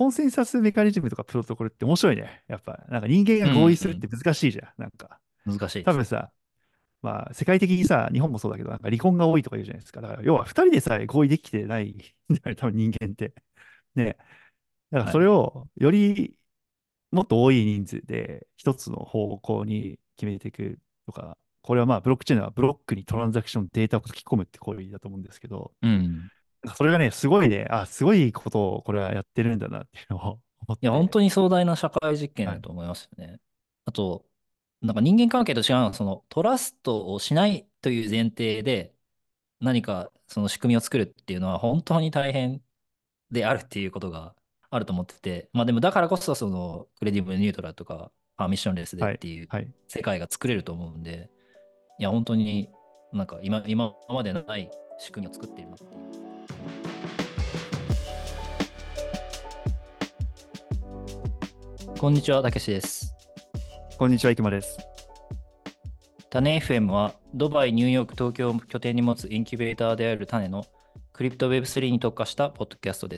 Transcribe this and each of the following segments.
コンセンサスメカニズムとかプロトコルって面白いね。やっぱ、なんか人間が合意うん、うん。 するって難しいじゃん。なんか、 難しいですね。 多分さ、まあ、世界的にさ、日本もそうだけど、なんか離婚が多いとか言うじゃないですか。だから、要は二人でさえ合意できてないんだよね、多分人間って。ね。だからはい。 それを、よりもっと多い人数で一つの方向に決めていくとか、これはまあ、ブロックチェーンはブロックにトランザクションデータを書き込むって行為だと思うんですけど、 うん。 それがね、すごいね、あ、すごいことをこれはやってるんだなっていうのを思っいや、本て、 当に壮大な社会実験はい。 だと思いますよね。あと、なんか人間関係と違うのは、そのトラストをしないという前提で何かその仕組みを作るっていうのは本当に大変であるっていうことがあると思ってて、まあでもだからこそそのクレディブルニュートラルとかパーミッションレスでっはい。 ていうはい。 世界が作れると思うんで、いや、本当になんか今までない仕組みを作っているなっていう。こんにちは、たけしです。 こんにちは、いくまです。 種 FM はドバイ、ニューヨーク、東京を拠点に持つインキュベーターである種のクリプト Web3 に特化したポッドキャストです。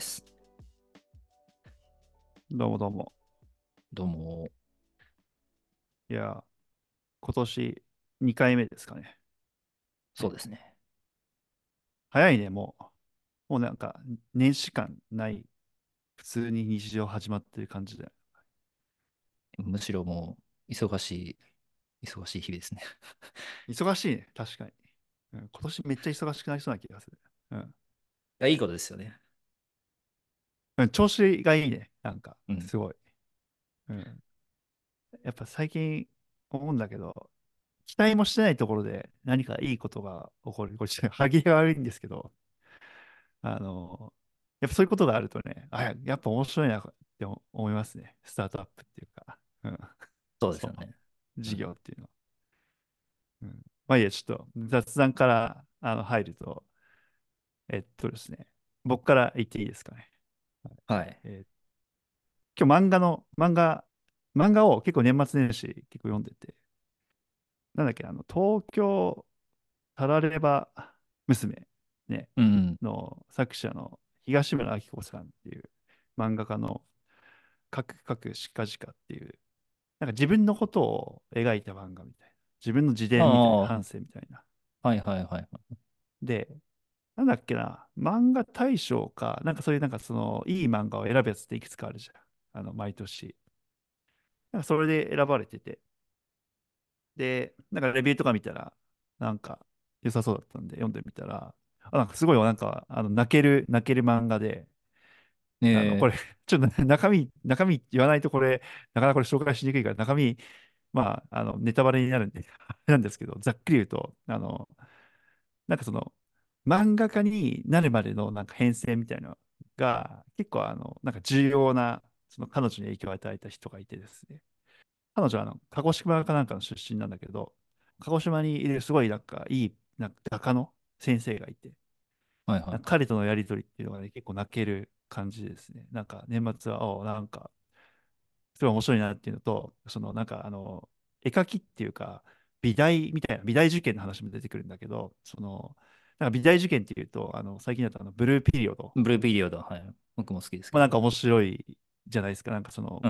どうもどうも。 どうも。 いや、今年2回目ですかね。ね、 そうですね。 早いね、もう。もうなんか、年始間ない、普通に日常始まってる感じで。 むしろもう忙しい日々ですね。 忙しいね、確かに。うん、今年めっちゃ忙しくなりそうな気がする。うん。 いや、いいことですよね。 うん、調子がいいね、なんか、 うん。 すごい。うん。やっぱ最近思うんだけど、期待もしてないところで何かいいことが起こる。これちょっと歯切れが悪いんですけど、あの、やっぱそういうことがあるとね、あ、やっぱ面白いなって思いますね。スタートアップっていうか、うん、そのそうですよね。う事ん。 業っていうのは。うん、まあいいや、ちょっと雑談から入ると、ですね、僕から言っていいですかね。 はい。 えー今日漫画を結構年末年始結構読んでて、なんだっけ、東京タラレバ娘、ね、 うん。 の作者の東村明子さんっていう漫画家のかくしかじかっていう、なんか自分のことを描いた漫画みたいな。自分の自あ伝みたいな、 あ、 反省みたいな。 はいはいはいはい。 で、なんだっけな、漫画大賞か、なんかそういうなんかその、いい漫画を選ぶやつっていくつかあるじゃん。毎年。なんかそれで選ばれてて。で、なんかレビューとか見たら、なんか良さそうだったんで読んでみたら、なんかすごいなんか、泣ける漫画で、こえれ、ちょっと中身言わないとこれ、なかなかこれ紹介しにくいから、中身、まあ、ネタバレになるんで、あれなんですけど、ざっくり言うと、なんかその、漫画家になるまでのなんか変遷みたいなのが、結構なんか重要な、その彼女に影響を与えた人がいてですね。彼女は鹿児島かなんかの出身なんだけど、鹿児島にいるすごいなんかいい、なんか画家の先生がいて、 はいはいはい。 なんか彼とのやりとりっていうのがね、結構泣ける感じですね。なんか年末は、なんか、すごい面白いなっていうのと、なんか絵描きっていうか、美大みたいな、美大受験の話も出てくるんだけど、なんか美大受験っていうと、最近だとブルーピリオド、 ブルーピリオド、はい。僕も好きですけど。 まあなんか面白いじゃないですか。なんかうん。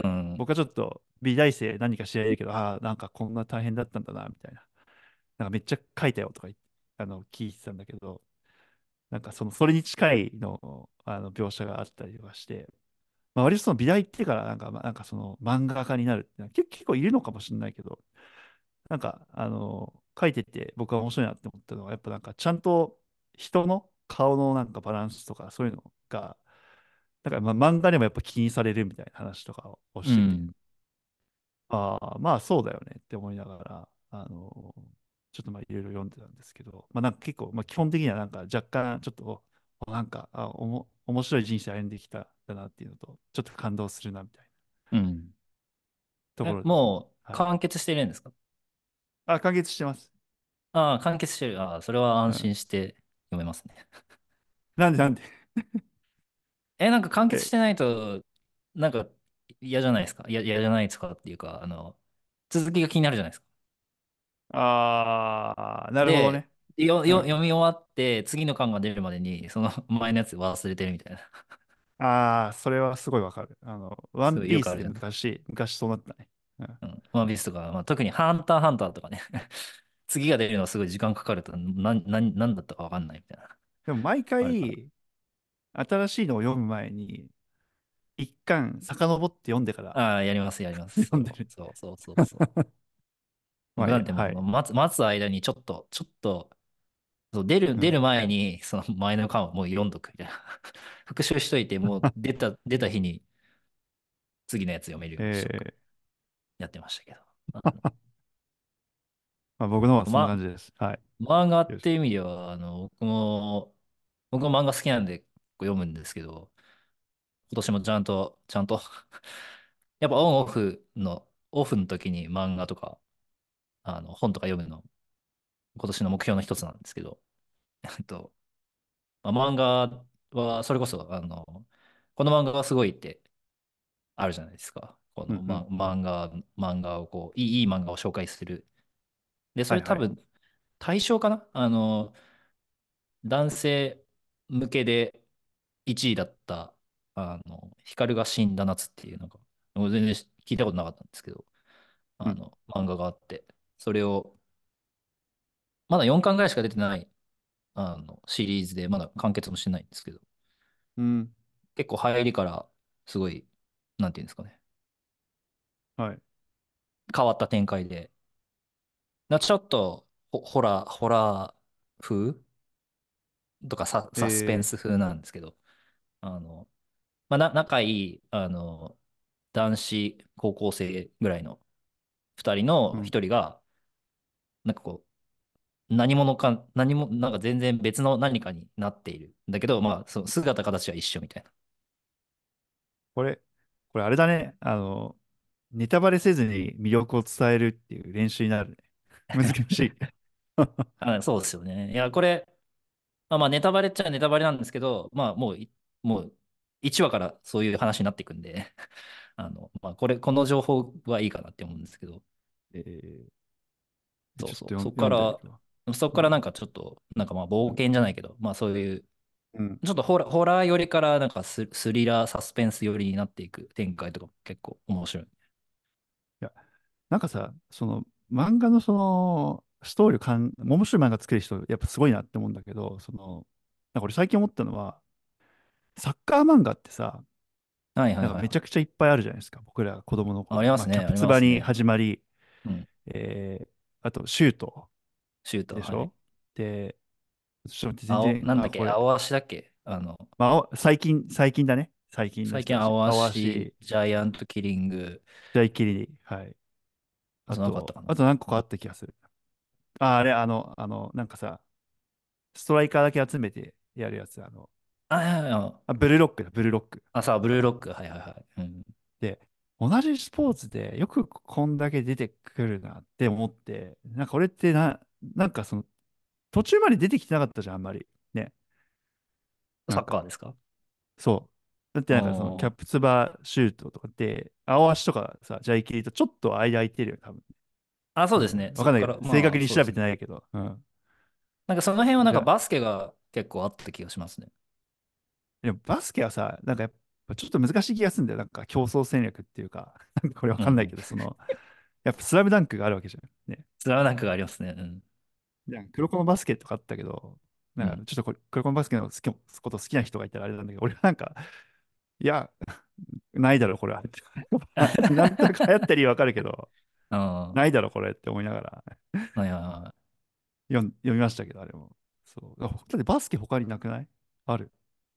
僕はちょっと美大生何か知らないけど、ああ、なんかこんな大変だったんだな、みたいな。なんかめっちゃ書いたよとか言って、聞いてたんだけど、なんかそれに近いの、描写があったりとかして、まあ割とその美大行ってからなんかその漫画家になるっていうのは結構いるのかもしれないけど、なんか、書いてて僕は面白いなって思ったのは、やっぱなんかちゃんと人の顔のなんかバランスとかそういうのが、なんかまあ漫画でもやっぱ気にされるみたいな話とかをしてて、 うん。 ああ、まあそうだよねって思いながら、ちょっとまあいろいろ読んでたんですけど、まあなんか結構、まあ基本的にはなんか若干ちょっと、なんか、面白い人生歩んできたんだなっていうのと、ちょっと感動するなみたいなうん。え、 ところで、 もうはい。 完結してるんですか？ あ、完結してます。 ああ、完結してる。ああ、それは安うん。 心して読めますね。 なんで、 なんか完結しえ、 てないと、なんか嫌じゃないですか。嫌じゃないですかっていうか、続きが気になるじゃないですか。 ああ、なるほどで、 ね。うん。 読み終わって、次の巻が出るまでに、その前のやつ忘れてるみたいな。 ああ、それはすごいわかる。ワンすごいよピースでくあるじゃん。 昔そうなったね。うん。 うん。ワンピースとか、まあ、特にハンターハンターとかね次が出るのはすごい時間かかると、なんだったかわかんないみたいな。 でも毎あるから。 回、新しいのを読む前に、一巻遡って読んでからああ、やります、やります。 読んでる。 そうそう。 まあいいや、 僕なんてもうはい。 その待つ間にちょっと、そう出うん。 る前に、その前の巻をもう読んどくみたいな。復習しといて、もう出た日に次のやつ読めるようにしとく。 えやってましたけど。 まあ、僕の方はそんな感ま、 じです。はい。 漫画っよし。 ていう意味では、僕も漫画好きなんで読むんですけど、今年もちゃんとやっぱオフの時に漫画とか、本とか読むの、今年の目標の一つなんですけど、えっと、まあ、漫画は、それこそ、この漫画がすごいってあるじゃないですか。この、 うんうん。 漫画をいい漫画を紹介する。で、そはいはい。 れ多分、対象かな男性向けで1位だった、光が死んだ夏っていうのが、もう全然聞いたことなかったんですけど、 うん。 漫画があって、それを、まだ4巻ぐらいしか出てない、シリーズで、まだ完結もしてないんですけど、 うん。 結構入りからすごい、なんていうんですかね、 はい。 変わった展開で、ちょっとホラー風とかサスペンえス風なんですけど、まあ、仲いい、男子高校生ぐらいの2人のうん。 1人が、なんか何も、なんか全然別の何かになっている。だけど、まあ、その姿形は一緒みたいな。 これ、これあれだね。ネタバレせずに魅力を伝えるっていう練習になるね。難しい。 そうですよね。いや、これ、まあ、ネタバレっちゃネタバレなんですけど、まあ、もう、1話からそういう話になっていくんで、まあ、この情報はいいかなって思うんですけど、 えちょっとそうそう。 読んでみるわ。 そこうん。 からなんかちょっと、なんかまあ冒険じゃないけど、まあそういう、 うん。 ちょっとホラー寄りからなんかスリラー、サスペンス寄りになっていく展開とかも結構面白い。 いや、なんかさ、漫画のストーリー面白い漫画作る人、やっぱすごいなって思うんだけど、なんか俺最近思ったのは、サッカー漫画ってさ、 はいはいなんかはいはい。 めちゃくちゃいっぱいあるじゃないですか。僕ら子供の頃。まあ、キありますね、ありャプツバにますね。 始まり、 うん。 あと、シュートシュート、はい。 でしょ。で、ちょっと待って、全然、あ、 なんだっけ、 これ、 青足だっけまあ、最近だね。最近の最人たち。 近青青足、 足、 ジャイアントキリング、 ジャイキリ、はい。 あとなんかあったかな。 あと何個かあった気がする。あ、あれ、なんかさ、ストライカーだけ集めてやるやつ、 はいはいはい。 ブルーロックだ、ブルーロック。 さあ、ブルーロック、はいはいはい。うん。 で、同じスポーツでよくこんだけ出てくるなって思って、なんか俺ってなんか途中まで出てきてなかったじゃん、あんまり。ね。なサッカんか、 ーですか？ そう。だっておなんかキャー。 プツバシュートとかって、青足とかさ、ジャイキリとちょっと間空いてるよ、多分。 そうですね。 わかんないけど、 そっから、まあ、 正確に調べそうですね。 てないけど。うん。 なんかその辺はなんじゃあ、 かバスケが結構あった気がしますね。 でもバスケはさ、なんかやっぱちょっと難しい気がするんだよ。なんか競争戦略っていうか、なんかこれわうんうん。 かんないけど、やっぱスラムダンクがあるわけじゃん。ね。 スラムダンクがありますね。うん。 黒子のバスケとかあったけど、 うん。 なんかちょっと黒子のバスケのこと好きな人がいたらあれなんだけど、俺はなんか、いや、ないだろ、これは。なんとなく流行った理由わかるけど、 あないだろ、これって思いながらはいはいはい。 読みましたけど、あれも。そう。だってバスケ他になくない？ある。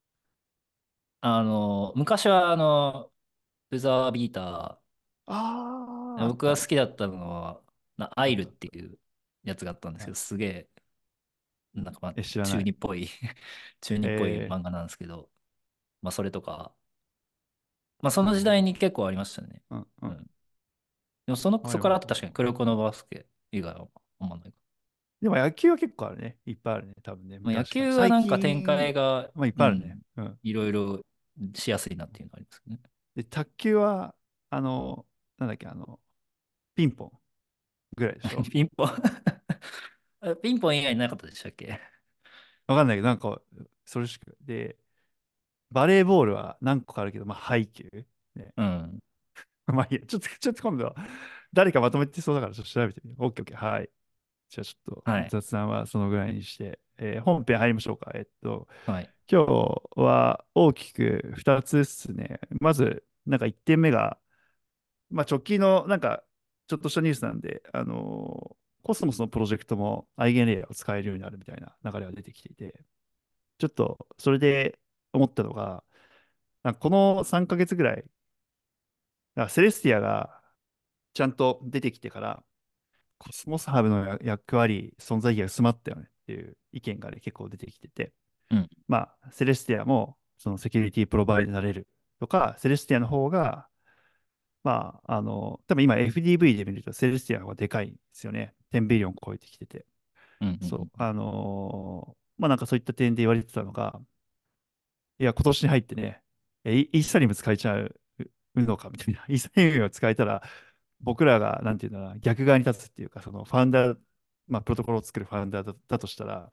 昔はブザービータああ、あっ僕が好たね。 きだったのは、アイルっあったあった。 ていうやつがあったんですけど、 はい。 すげえ、なんかまあ、 知らない。 中二っぽい中二っぽいえ漫画なんですけど、まあそれとか、まあその時代に結構ありましたね。 うんうん。 うん。でもそこからあって確かにあれもあったな。 黒子のバスケ以外はあんまないか。 でも野球は結構あるね。いっぱいあるね。多分ね。 まあ、野昔から。 球は最なんか展近、 開が、 まあいっぱいあるね。 うん、 うん。 いろいろしやすいなっていうのがありますね。 で、卓球は、なんだっけ、ピンポンぐらいでしょ？ ピンポンピンポン以外なかったでしたっけ？ わかんないけど、なんか、それしか。で、 バレーボールは何個かあるけど、まあ、配球。ね。 うん。 まあいいや、ちょっと今度は、誰かまとめてそうだから、ちょっと調べてみよう。オッケーオッケー。はい。じゃあちょっとはい。 雑談はそのぐらいにして、本編入りましょうか。 はい。 今日は大きく2つですね。まず、なんか1点目が、まあ、直近のなんかちょっとしたニュースなんで、コスモスのプロジェクトもアイゲンレイヤーを使えるようになるみたいな流れが出てきていて、ちょっとそれで思ったのが、なんかこの3ヶ月ぐらい、なんかセレスティアがちゃんと出てきてから、コスモスハブの役割、存在意義が薄まったよねっていう意見がね、結構出てきてて、 うん。 まあ、セレスティアもそのセキュリティプロバイダーになれるとか、セレスティアの方が、まあ、多分今 FDV で見るとセレスティアの方がでかいんですよね。10ビリオン超えてきてて。 うん。うん。 そう。まあなんかそういった点で言われてたのが、いや、今年に入ってね、イーサリアム使えちゃうのかみたいな。イーサリアムを使えたら、僕らが、なんていうんだろうな、逆側に立つっていうか、そのファウンダー、まあ、プロトコルを作るファウンダーだとしたら、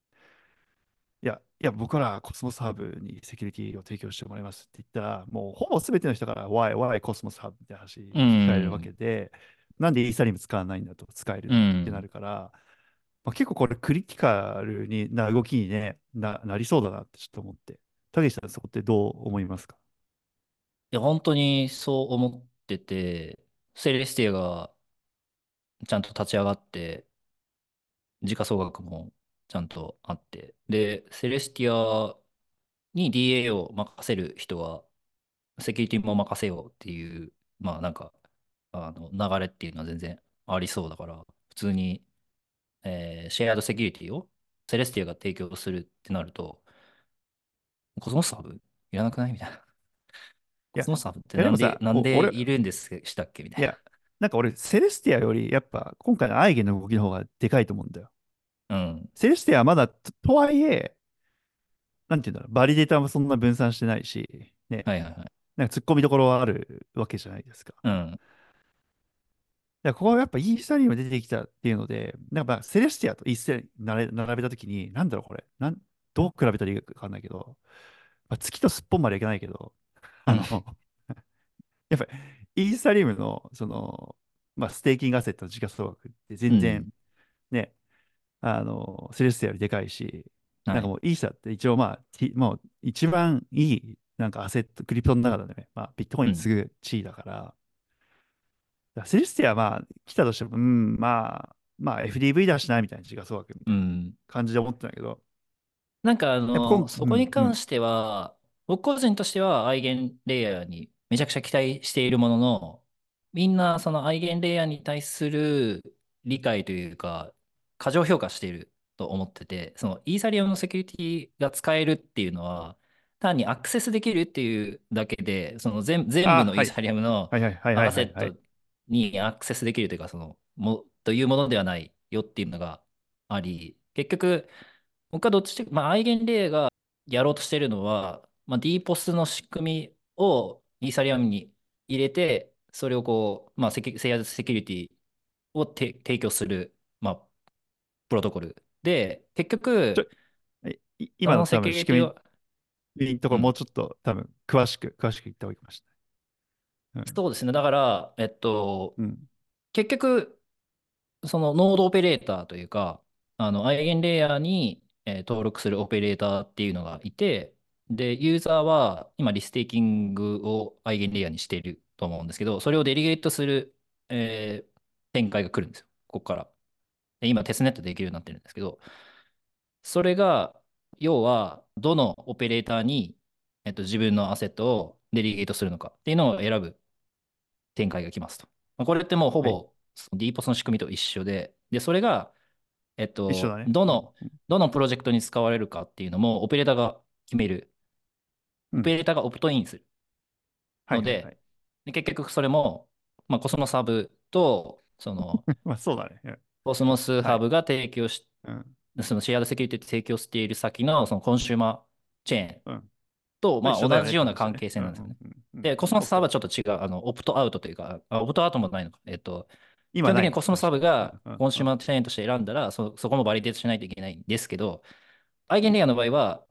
僕らコスモスハブにセキュリティを提供してもらいますって言ったら、もうほぼ全ての人から Why コスモスハブみたいな話う聞かれるわん。 けで、なんでイーサリアム使わないんだと使えるうのにってなん。 るから、まあ、結構これクリティカルな動きに、ね、なりそうだなってちょっと思って。たけしさん、そこってどう思いますか？ いや、本当にそう思ってて、セレスティアがちゃんと立ち上がって、時価総額もちゃんとあって、で、セレスティアに DA を任せる人は、セキュリティも任せようっていう、まあなんか、流れっていうのは全然ありそうだから、普通に、シェアードセキュリティをセレスティアが提供するってなると、コスモスハブいらなくないみたいな。 いや、いコスモスハブってでもさ、 なんでいるんですしたっけみたいな。 いや、なんか俺、セレスティアより、やっぱ今回のアイゲンの動きの方がでかいと思うんだよ。 うん。 セレスティアはまだとはいえ、なんていうんだろう、バリデータもそんな分散してないし、ね、 はいはいはい。 なんか突っ込みどころはあるわけじゃないですか。 うん。 ここはやっぱイーサリアム出てきたっていうので、なんかまあセレスティアとイーサリアム並べたときに、なんだろうこれ、どう比べたらいいかわかんないけど、まあ、月とすっぽんまでいかないけど、 うん。 やっぱりイーサリアムの、まあ、ステーキングアセットの時価総額って全然うん。 ね、セレスティアよりでかいし、 はい。 なんかもうイーサって一応まあ、もう一番いいなんかアセット、クリプトの中でね、まあ、ビットコインうん。 に次ぐ地位だから、セレスティアはまあ、来たとしても、まあ FDV だしな、みたいな時価総額みたいなうん。 感じで思ってたんだけど、 なんかやっぱそこにうん、 関しては、僕個人としてはアイゲンレイヤーにめちゃくちゃ期待しているものの、みんなそのアイゲンレイヤーに対する理解というか、過剰評価していると思ってて、そのイーサリアムのセキュリティが使えるっていうのは、単にアクセスできるっていうだけで、その全部のイーサはい。 リアムのはいはいはいまあはいはいはい。 アセットにアクセスできるというか、というものではないよっていうのがあり、結局、僕はどっちか、まあ、アイゲンレイがやろうとしているのは、まあ、DPoS の仕組みをイーサリアムに入れて、それをこう、まあ、制約セキュリティを提供する、まあ、プロトコル。で、結ちょ、 局、そのセ今の多分仕組キュリティを、 みのところもううん、 ちょっと多分詳しく言った方がいいかもしれない。 そうですね。だから、 うん。 結局、そのノードオペレーターというか、アイゲンレイヤーに、登録するオペレーターっていうのがいて、で、ユーザーは今リステーキングをアイゲンレイヤーにしていると思うんですけど、それをデリゲートする、展開が来るんですよ。ここから。で今、テストネットでできるようになってるんですけど、それが、要は、どのオペレーターに、自分のアセットをデリゲートするのかっていうのを選ぶ展開が来ますと。まあこれってもうほはい。 ぼその DPoS の仕組みと一緒で、それが、 一緒だね。うん。 どのプロジェクトに使われるかっていうのも、オペレーターが決める。 うん。 オペレーターがオプトインするので、 はいはいはい。 結局それも、まあ、コスモスハブと、 まあそうだね。うん。 コスモスはい。 ハブが提供し、 うん。 そのシェアードセキュリティで提供している先のそのコンシューマーチェーンうん。 と、 まあ一まあ、 緒だよねっ同じようて話だね。 な関係性うんなんですよね。 うんうんうん。 で、コスモスハブはちょっオッケーオッケー。 と違う、オプトアウトというか、オプトアウトもないのか。基今ないね。 本的にコスモスハ確かに。うブがんうんうん。 コンシューマーチェーンとして選んだら、そこもバリデートしないといけないんですけど、アイゲンレイヤーの場合は、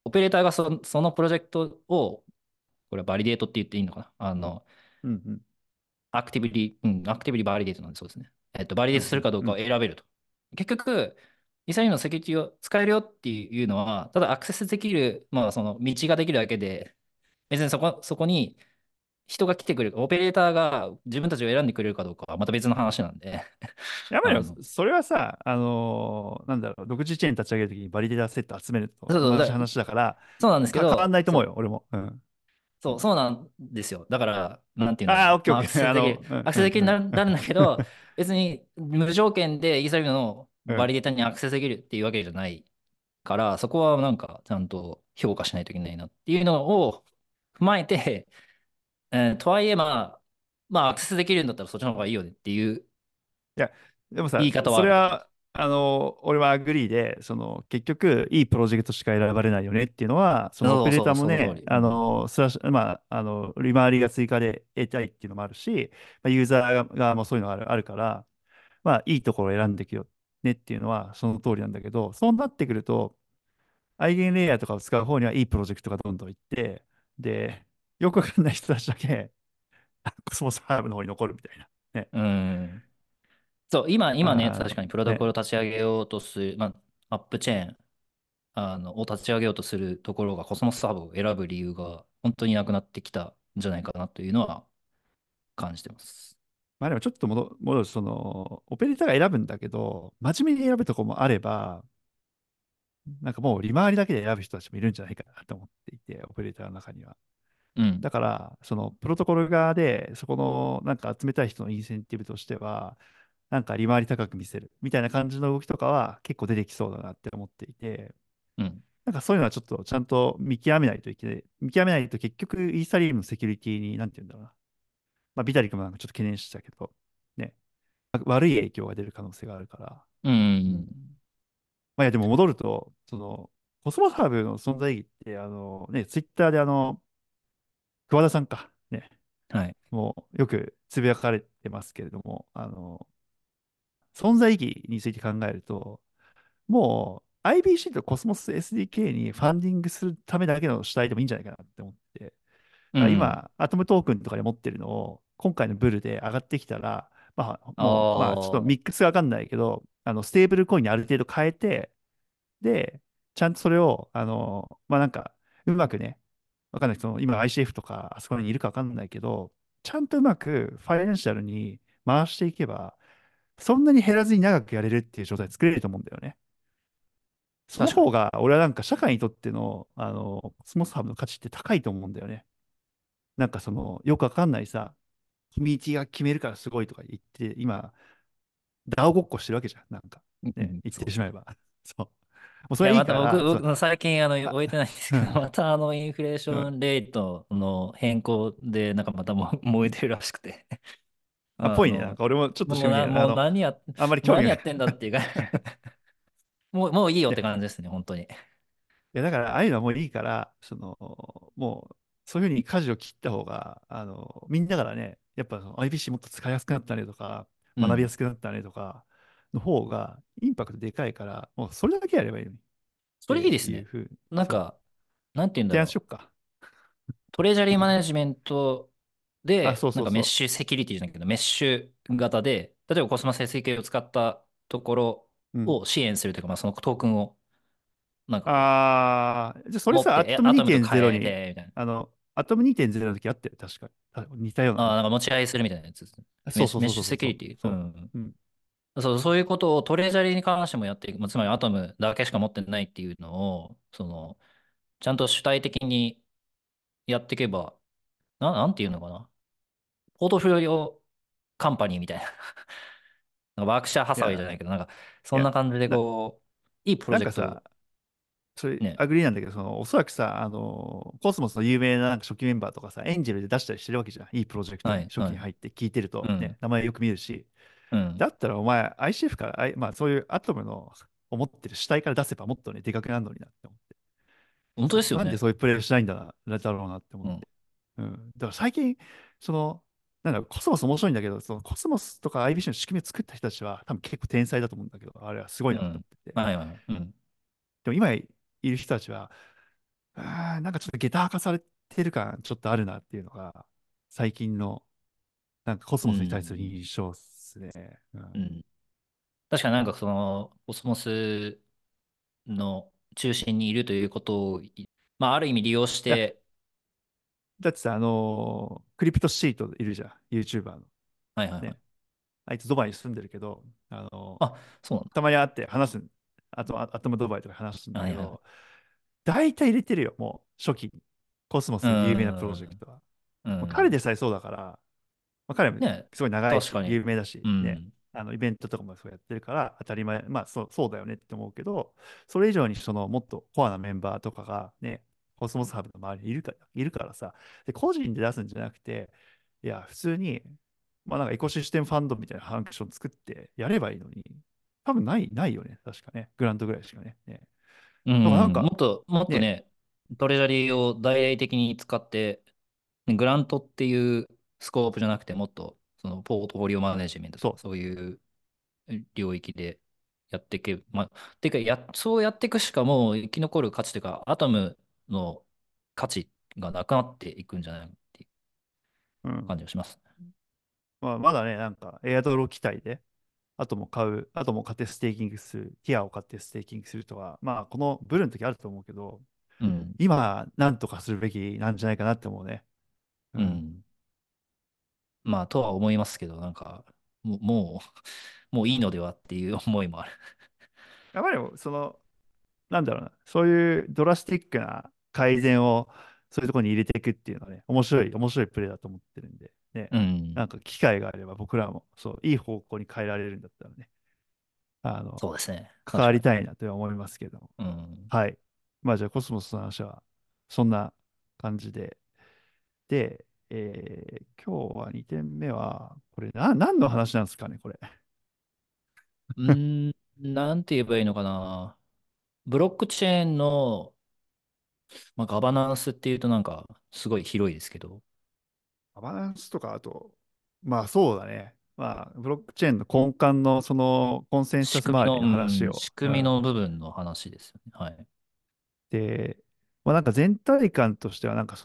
オペレーターがそのプロジェクトを、これはバリデートって言っていいのかな、 うんうん。 アクティブリバリデートなんでそうですね。バリデートするうんうんうん。 かどうかを選べると。結局、イーサリアムのセキュリティを使えるよっていうのは、ただアクセスできる、まあ、その道ができるだけで、別にそこに人が来てくれる、オペレーターが自分たちを選んでくれるかどうかはまた別の話なんで、 やばいよ、 あの、 それはさ、なんだろう、独自チェーン立ち上げるときにバリデータセット集めるとそうそう、 同じ話だから、 そうなんですけ変わんど、 ないと思うよ、俺も。うん。 そうなんですよ。だから、なんて言うんだろうああ、オな。まあ、 ッケーオッケー。うんアクセスできるうんなるんだけど、別に無条件でイーサリアムのうん。うん。 バリデータにアクセスできるっていうわけじゃないから、そこはなんかちゃんと評価しないといけないなっていうのを踏まえて、とはいえまあアクセスできるんだったらそっちの方がいいよねっていういや、でもさ、 言い方はあると。 それは、俺はアグリーで、結局、いいプロジェクトしか選ばれないよねっていうのは、そのオペレーターもその通ね、 り。うん。 利回りが追加で得たいっていうのもあるし、ユーザー側もそういうのがあるから、まあ、いいところを選んでいくよねっていうのは、その通りなんだけど、そうなってくると、アイゲンレイヤーとかを使う方にはいいプロジェクトがどんどんいって、で、よくわかんない人たちだけ、コスモスハーブの方に残るみたいな。ね。 うん。そう、今ね、確かにプロトコルをね。 立ち上げようとする、まあ、アップチェーン、を立ち上げようとするところがコスモスハーブを選ぶ理由が本当になくなってきたんじゃないかなというのは感じてます。 まあでもちょっと戻る、オペレーターが選ぶんだけど、真面目に選ぶとこもあれば、なんかもう利回りだけで選ぶ人たちもいるんじゃないかなと思っていて、オペレーターの中には。 うん。 だから、プロトコル側で、そこの、なんか集めたい人のインセンティブとしては、なんか利回り高く見せるみたいな感じの動きとかは結構出てきそうだなって思っていて、 うん。 なんかそういうのはちょっとちゃんと見極めないといけない。見極めないと結局イーサリアムのセキュリティに、なんて言うんだろうな。まあ、ビタリックもなんかちょっと懸念してたけど、ね、悪い影響が出る可能性があるから。 ううん。 ん。 まあ、いや、でも戻ると、コスモスハーブの存在意義って、ツイッターで桑田さんか、ね、 はい。 もうよくつぶやかれてますけれども、存在意義について考えると、もう IBC とコスモス SDK にファンディングするためだけの主体でもいいんじゃないかなって思って、だからうん。 今、アトムトークンとかで持ってるのを、今回のブルで上がってきたら、まあ、ちょっとああ、 ミックスがわかんないけど、ステーブルコインにある程度変えて、で、ちゃんとそれを、なんか、うまくね、わかんない、今 ICF とかあそこにいるかわかんないけど、ちゃんとうまくファイナンシャルに回していけば、そんなに減らずに長くやれるっていう状態作れると思うんだよね。その確かに。 方が、俺はなんか社会にとっての、コスモスハブの価値って高いと思うんだよね。なんかよくわかんないさ、コミュニティが決めるからすごいとか言って、今、ダオごっこしてるわけじゃん。なんか、ね、 うん、 言っそうですね。 てしまえば。そう。もうそいや、 れはいいまたから、 僕最近あ、 終えてないんですけど、 うん、 またインフレーシうん。 ョンレートの変更で、なんかまた燃えてるらしくて。 ぽいね。なんか俺もちょっと仕組みで、 もうあんまり興味がない。 何やってんだっていうかもういいよって感じですね、本当に。 だから、ああいうのはもういいから、もう、そういうふうに舵を切った方が、みんなからね、やっぱIBC もっと使いやすくなったねとか、学びやうん。 すくなったねとか、の方が、インパクトでかいから、もうそれだけやればいいのにっそてれいいですね。 いうふうに、そう、 なんか、なんて言うんだ提案しろう。 よっか。 トレジャリーうん。 マネジメントあ、 で、なんかメッそうそうそシュセキュリティじゃないけど、メッシュ型で、例えばコスモス SDK を使ったところう。うん。 を支援するというか、まあ、そのトークンを、なんかこじゃあそう、 れさ、 持って、 アトムアトムと 2.0に、 変えて、みたいな。 アトム2.0の時あったよ、確か。似たようなの。 なんか持ち合いするみたいなやつですね。メッシュそうそうそうそうそうセキュリティ。 そう。そう。うん。 そういうことをトレジャリーに関してもやっていく。まあつまりアトムだけしか持ってないっていうのを、ちゃんと主体的にやっていけば、なんていうのかな。ポートフォリオカンパニーみたいな。なんかワークシャーハいや、 サウェイじゃないけど、なんか、そいや、 んな感じでな、 いいプロジェクトをなんかさ、それ、 ね、 アグリーなんだけど、おそらくさ、コスモスの有名ななんか初期メンバーとかさ、エンジェルで出したりしてるわけじゃん。いいプロジェクトにはい、はい、 初期に入って聞いてると、ね、 うん、 名前よく見るし。 うん。 だったらお前、ICF から、まあそういうアトムの思ってる主体から出せばもっとね、でかくなるのになって思って。 本当そう。 ですよね。 なんでそういうプレーをしないんだろうなって思っうん。 て。うん。だから最近、その、なんだろう、コスモス面白いんだけど、そのコスモスとか IBC の仕組みを作った人たちは多分結構天才だと思うんだけど、あれはすごいなって思うん。 ってて。 はい、はい、はい。うん。 でも今いる人たちは、 なんかちょっと下駄化されてる感ちょっとあるなっていうのが、最近のなんかコスうモスに対するん。 印象っすね。うん。 うん。確かになんかその、コスモスの中心にいるということを、まあ、ある意味利用しいや、 て、 だってさ、クリプトシートいるじゃん、YouTuber の。ね。 はいはいはい。 あいつドバイに住んでるけど、 あ、そうなんたまに会って話す頭ドバイとか話すんだ。はいはいはい。 だけど、大体入れてるよ、もう、初期に。コスモうスの有名なプロジェクん。 トは。 うん。 もう彼でさえそうだから、彼もね、 すごい長いし、 確かに。 有名だし、ね、 うん。 イベントとかもそうやってるから、当たり前、まあそうだよねって思うけど、それ以上にもっとコアなメンバーとかがね、コスモスハブの周りにいるからさ、で、個人で出すんじゃなくて、いや、普通に、まあなんかエコシステムファンドみたいなファンクション作ってやればいいのに、多分ないよね、確かね。グラントぐらいしかね。 うん。 だからなんか、 もっとね、 ね、トレジャリーを大々的に使って、グラントっていうスコープじゃなくて、もっと、そのポートフォリオマネジメントとか、 そそういう領域でやっていけ、まあ、てかそうやっていくしかもう生き残る価値というか、アトムの価値がなくなっていくんじゃないのっていうう。うん。 感じがします。 まあ、まだね、なんか、エアドロ期待で、あとも買ってステーキングする、ティアを買ってステーキングするとは、まあ、このブルーの時あると思うけど、 うん。 今、なんとかするべきなんじゃないかなって思うね。うん。 うん。まあ、とは思いますけど、なんか、もういいのではっていう思いもある。 やっぱり、なんだろうな、そういうドラスティックな改善を、そういうところに入れていくっていうのはね、面白いプレーだと思ってるんで、ね、 うん。 なんか機会があれば僕らも、そう、いい方向に変えられるんだったらね、あの、 そうですね。 関わり確かに。 たいなとは思いますけども。 うん。 はい。まあじゃあコスモスの話はそんな感じで。で、今日は2点目は、これ何の話なんですかね、これ。 うーん、なんて言えばいいのかな。ブロックチェーンの、まあ、ガバナンスっていうとなんかすごい広いですけど、 ガバナンスとか、あと、まあそうだね。まあ、ブロックチェーンの根幹のそのコンセンサス周りの話を、 仕組みの部分の話ですよね。はい。 で、まあなんか全体感としては、なんか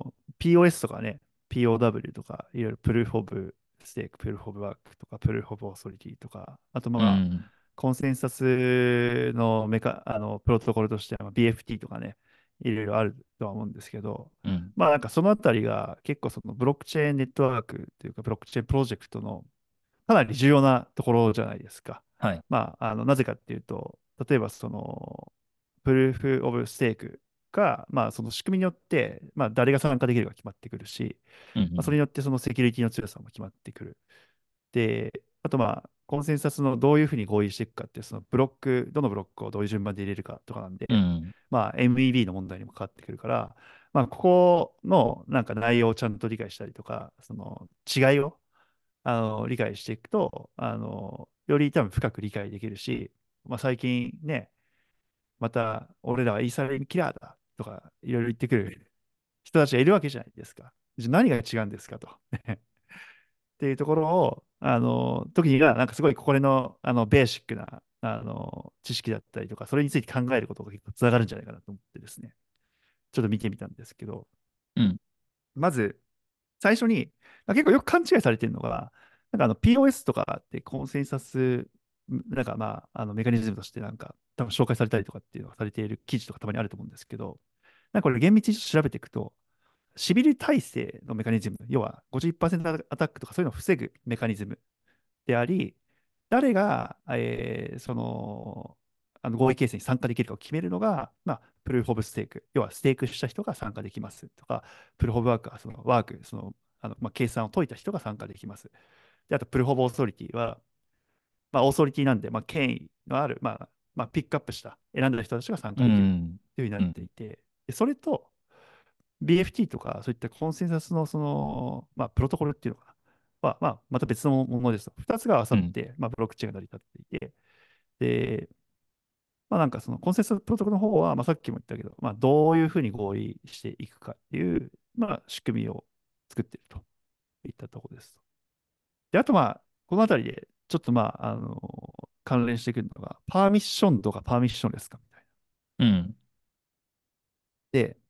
POS とかね、POW とか、いろいろプルーフオブステーク、プルーフオブワークとか、プルーフオブオーソリティとか、あとまあ、 うん、 コンセンサスのプロトコルとしては、まあ BFT とかね、いろいろあるとは思うんですけど、 うん、 まあなんかそのあたりが結構そのブロックチェーンネットワークというか、ブロックチェーンプロジェクトのかなり重要なところじゃないですか。 はい。 まあ、なぜかっていうと、例えばプルーフオブステークが、まあ、その仕組みによって、まあ、誰が参加できるか決まってくるし、 うん、うまあ、それん、 によってそのセキュリティの強さも決まってくる。で、あとまあ、コンセンサスのどういうふうに合意していくかっていう、どのブロックをどういう順番で入れるかとかなんで、 うん、 まあ、MEB の問題にもかかってくるから、まあ、ここのなんか内容をちゃんと理解したりとか、その違いを理解していくと、より多分深く理解できるし、まあ、最近ね、また俺らはイーサリアムキラーだとかいろいろ言ってくる人たちがいるわけじゃないですか。じゃあ何が違うんですかと。っていうところを、時にはなんかすごいこれの、ベーシックな、知識だったりとか、それについて考えることが結構つながるんじゃないかなと思ってですね、ちょっと見てみたんですけど、 うん、 まず、最初に、結構よく勘違いされてるのが、なんかPOS とかってコンセンサス、なんかまあ、メカニズムとしてなんか多分紹介されたりとかっていうのがされている記事とかたまにあると思うんですけど、なんかこれ厳密に調べていくと、シビル耐性のメカニズム、要は51%アタックとかそういうのを防ぐメカニズムであり、誰が、合意形成に参加できるかを決めるのが、まあ、プルーフ・オブ・ステーク、要はステークした人が参加できますとか、プルーフ・オブ・ワークはそのワーク、まあ、計算を解いた人が参加できます。で、あと、プルーフ・オブ・オーソリティは、まあ、オーソリティなんで、まあ、権威のある、ピックアップした、選んだ人たちが参う加できるん、 というふうになっうん、 ていて、でそれと、BFT とか、そういったコンセンサスのまあ、プロトコルっていうのかな。まあ、また別のものですと。二つが合わさうん、 って、まあ、ブロックチェーンが成り立っていて、で、まあなんかそのコンセンサスプロトコルの方は、まあさっきも言ったけど、まあどういうふうに合意していくかっていう、まあ仕組みを作っているといったところです。で、あとまあ、このあたりで、ちょっとまあ、関連してくるのが、パーミッションとかパーミッションレスかみたいな。 うん、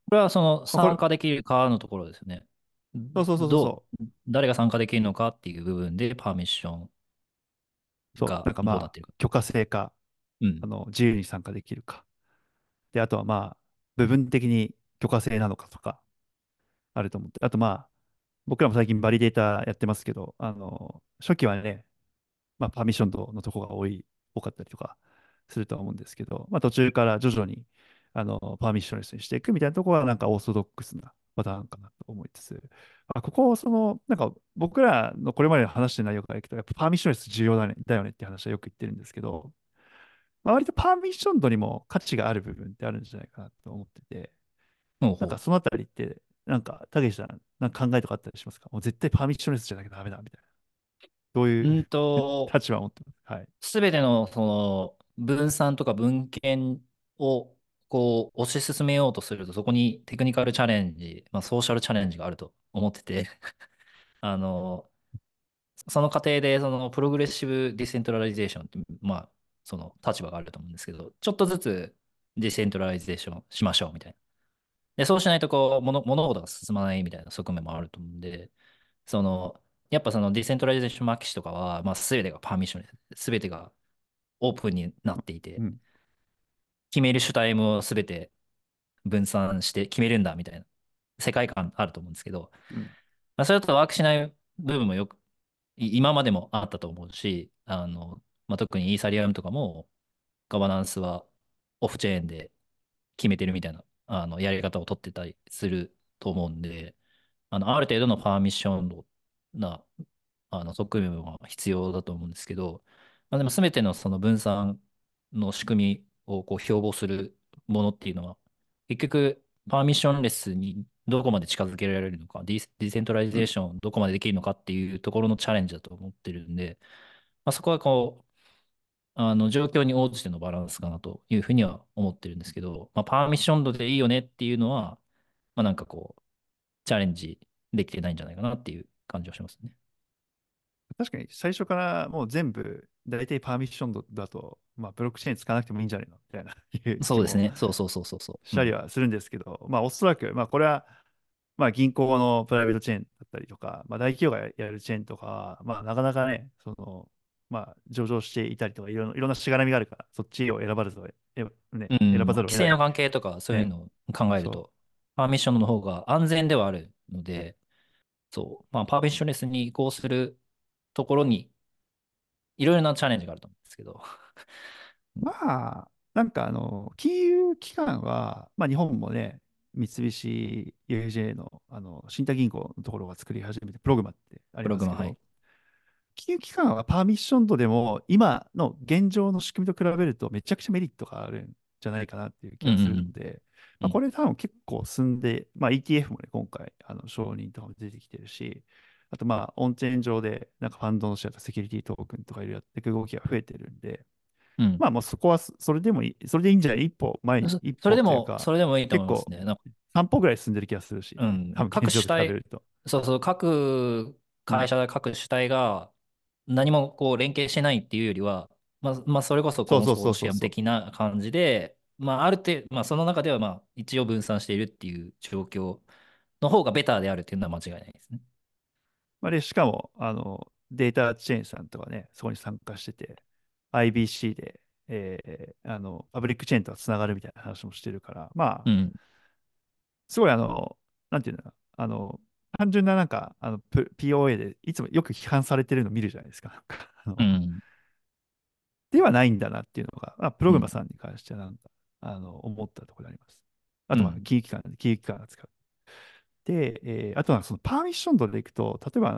これはそのまあ、これ、 参加できるかのところですよね。 そうそうそうそうどそう。 誰が参加できるのかっていう部分でパーミッションそう、 がなんかまあ、 どうなってるか。 許可制か、 うん。 自由に参加できるか。で、あとはまあ、部分的に許可制なのかとか、あると思って。あとまあ、僕らも最近バリデータやってますけど、初期はね、まあ、パーミッション度のとこが多かったりとかするとは思うんですけど、まあ、途中から徐々に、パーミッションレスにしていくみたいなところは、なんかオーソドックスなパターンかなと思いつつ、ここ、なんか僕らのこれまで話してる内容からいくと、やっぱパーミッションレス重要だよねって話はよく言ってるんですけど、まあ、割とパーミッション度にも価値がある部分ってあるんじゃないかなと思ってて、 ほうほなんかそのあたりって、なんか、たけしさん、なんか考えとかあったりしますか？もう絶対パーミッションレスじゃなきゃダメだ、みたいな。どういう。 う立場を持ってます？はい。 すべてのその分散とか文献をこう推し進めようとすると、そこにテクニカルチャレンジ、まあ、ソーシャルチャレンジがあると思ってて、あの、その過程でそのプログレッシブディセントラライゼーションって、まあ、その立場があると思うんですけど、ちょっとずつディセントラライゼーションしましょうみたいな。で、そうしないとこう、物事が進まないみたいな側面もあると思うんで、その、やっぱそのディセントラリゼーションマキシとかは、まあ、全てがパーミッションです。全てがオープンになっていて、 うん。 決める主体も全て分散して決めるんだみたいな世界観あると思うんですけど、 うん。 まあ、それだとワークしない部分も今までもあったと思うし、まあ、特にイーサリアムとかもガバナンスはオフチェーンで決めてるみたいな、やり方を取ってたりすると思うんで、ある程度のパーミッションな、側面は必要だと思うんですけど、まあ、でも全てのその分散の仕組みをこう標榜するものっていうのは、結局、パーミッションレスにどこまで近づけられるのか、ディセントライうん。 ゼーションどこまでできるのかっていうところのチャレンジだと思ってるんで、まあ、そこはこう、状況に応じてのバランスかなというふうには思ってるんですけど、まあ、パーミッション度でいいよねっていうのは、まあ、なんかこう、チャレンジできてないんじゃないかなっていう感じはしますね。 確かに最初からもう全部、大体パーミッションだと、まあ、ブロックチェーン使わなくてもいいんじゃないのみたいないう気もそうですね。そうそうそうそうそう。 したりはするんですけど、まあ、おそらく、まあ、これは、まあ、銀行のプライベートチェーンだったりとか、まあ、大企業がやるチェーンとかは、まあ、なかなかね、まあ、上場していたりとか、いろんなしがらみがあるから、そっちをうん、 選ばまあ、 ざるを得ない。 規制の関係とかそういうね。 のを考えるそと、パーミッションの方が安全ではあるので、そう、まあ、パーミッションレスに移行するところに、いろいろなチャレンジがあると思うんですけど。 う。まあ、なんか金融機関は、まあ、日本もね、三菱 UFJ の、信託銀行のところが作り始めて、プログマってあプログマ、 りますけど、 はい。 金融機関はパーミッション度でも、今の現状の仕組みと比べると、めちゃくちゃメリットがあるんじゃないかなっていう気がするうんうんので、まあ、 うん。 これ多分結構進んで、まあ、ETF もね、今回、承認とかも出てきてるし、あとまあ、オンチェーン上で、なんかファンドのシェアとセキュリティトークンとかいろいろやっていく動きが増えてるんで、 うん。 まあもうそこはそれでもいい、それでいいんじゃない？一歩前に、一歩というか、 それでもいいと結構思いますね。 3歩ぐらい進んでる気がするし、 うん、 多分現状と比べると。 そうそう、各うん。 会社、各主体が何もこう連携してないっていうよりは、まあ、それこそコンそうそうソーシアムそうそうそう。 的な感じで、まあ、ある程度、まあ、その中では、まあ、一応分散しているっていう状況の方がベターであるっていうのは間違いないですね。 まあ、で、しかも、データチェーンさんとかね、そこに参加してて、IBC で、パブリックチェーンとはつながるみたいな話もしてるから、まあ、 うん。 すごいなんていうのかな、単純ななんか、POA でいつもよく批判されてるの見るじゃないですか。なんかうん。 ではないんだなっていうのが、まあ、プロうん。 グマさんに関してはなんか、思ったところであります。あと、まあ、 うん。 金融機関が使う。で、あとはそのパーミッション度でいくと、例えば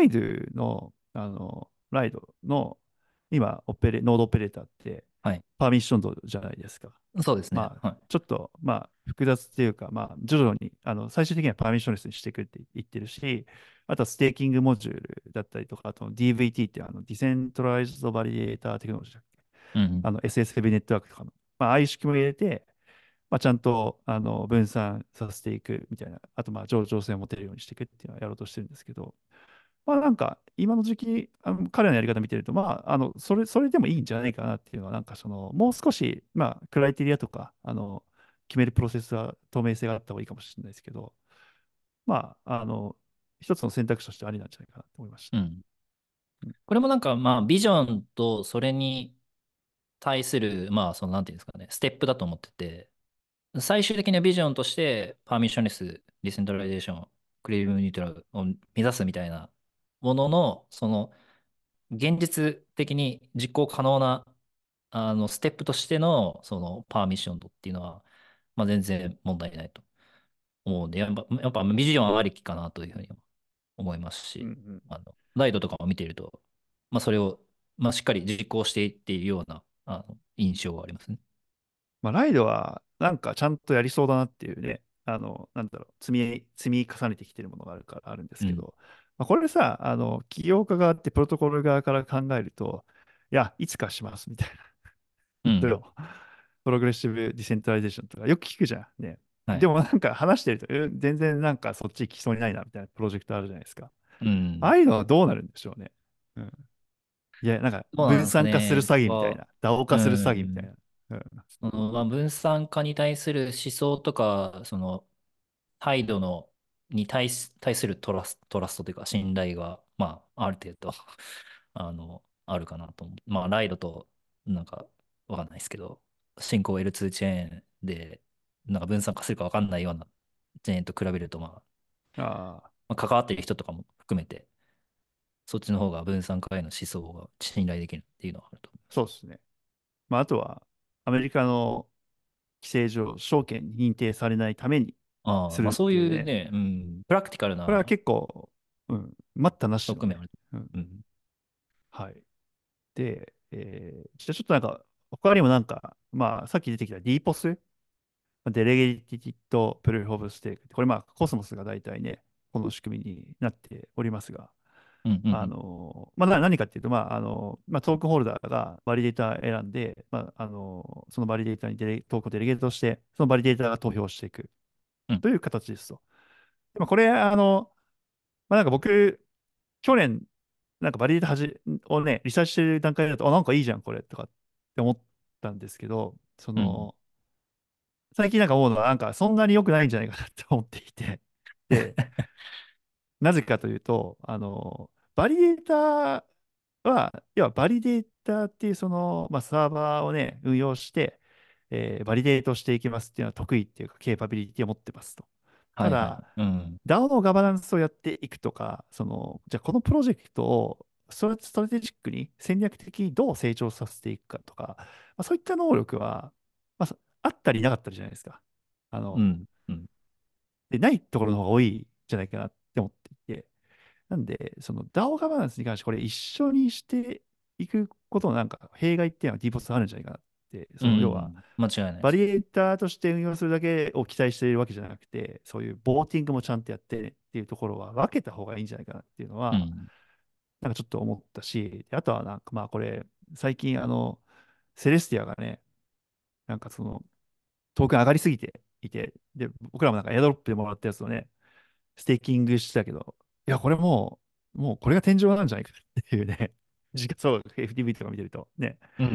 ライドの今、ノードオペレーターってはい。 パーミッション度じゃないですか。 そうですね。 まあ、 はい。 ちょっと、まあ、複雑っていうか、まあ、徐々に、最終的にはパーミッションレスにしていくって言ってるし、あとはステーキングモジュールだったりとか、あと DVT ってディセントライズドバリデータテクノロジーだっけ？ うん。 SSFB ネットワークとかの、まあ、ああいう仕組みを入れて、まあ、ちゃんと分散させていくみたいな、あとまあ上場性を持てるようにしていくっていうのをやろうとしてるんですけど、まあなんか今の時期、彼らのやり方見てると、まあ、それでもいいんじゃないかなっていうのは、なんかもう少し、まあ、クライテリアとか、 決めるプロセスは透明性があった方がいいかもしれないですけど、まあ、一つの選択肢としてありなんじゃないかなと思いました。 うん。 うん、 これもなんか、まあ、ビジョンとそれに対する、まあ、その、なんていうんですかね、ステップだと思ってて、最終的なビジョンとして、パーミッションレス、ディセントラリゼーション、クリエイティブニュートラルを目指すみたいなものの、その、現実的に実行可能な、ステップとしての、その、パーミッションっていうのは、まあ、全然問題ないと思うんで、やっぱビジョンありきかなというふうに思いますうん、うし、 ん。 ライドとかを見ていると、まあ、それを、まあ、しっかり実行していっているような、印象はありますね。 まあ、ライドは、なんかちゃんとやりそうだなっていうね、なんだろう、積み重ねてきてるものがあるからあるんですうん。 けど、まあ、これさ、起業家側ってプロトコル側から考えると、いや、いつかしますみたいな。 うん。 どよ。プログレッシブディセントラリゼーションとかよく聞くじゃん。ね。 はい。 でもなんか話してると、全然なんかそっち行きそうにないなみたいなプロジェクトあるじゃないですか。 うん。 ああいうのはどうなるんでしょうね。うん。いや、なんかどうなんですか分散化するね。 詐欺みたいな、ダオう化する詐欺みたいん。 な。うん。 まあ、分散化に対する思想とか、その、態度に対するトラストというか、信頼が、まあ、ある程度あるかなと思う。まあ、ライドと、なんか、わかんないですけど、進行 L2 チェーンで、なんか分散化するかわかんないようなチェーンと比べると、 ああ、 まあ関わっている人とかも含めて、そっちの方が分散化への思想が信頼できるっていうのはあると思います。 そうですね。まあ、あとは、アメリカの規制上、証券に認定されないためにああ、 するっまあそうていうね。 いうね、プラクティカルこれはな結構、うん、待ったなしのね。 側面ある。 うん。 うん。 はい。で、じゃあちょっとなんか、他にもなんか、まあ、さっき出てきた DPoS、デレゲティッドプルーフオブステーク。これまあ、コスモスが大体ね、この仕組みになっておりますが、 うんうんうん。 まあ、何かっていうと、まあ、まあ、トークンホルダーがバリデータ選んで、まあ、そのバリデータにトークンをデレゲートして、そのバリデータが投票していくうん。 という形ですと。でもこれ、まあ、なんか僕、去年、なんかバリデータをね、リサーチしてる段階だと、あ、なんかいいじゃん、これ、とかって思ったんですけど、 うん。 最近なんか思うのは、なんかそんなに良くないんじゃないかなって思っていて、で、なぜかというと、バリデータ要はバリデータっていうまあ、サーバーをね、運用して、バリデートしていきますっていうのは得意っていうか、ケーパビリティを持ってますと。ただ、 はいはい。うん。 DAO のガバナンスをやっていくとか、じゃあこのプロジェクトをストラテジックに戦略的にどう成長させていくかとか、まあ、そういった能力は、まあ、あったりなかったりじゃないですか。 うん。うん。 で、ないところの方が多いんじゃないかなって思っていて、なんで、その DAO ガバナンスに関してこれ一緒にしていくことのなんか弊害っていうのは DPoS あるんじゃないかなって、 う要は、 ん。間違いないです。 バリエーターとして運用するだけを期待しているわけじゃなくて、そういうボーティングもちゃんとやってねっていうところは分けた方がいいんじゃないかなっていうのは、 うん。 なんかちょっと思ったし、であとはなんかまあこれ、最近セレスティアがね、なんかトークン上がりすぎていて、で、僕らもなんかエアドロップでもらったやつをね、ステーキングしてたけど、いや、これもうこれが天井なんじゃないかっていうね、時価総額 FTV とか見てるとね、 うん。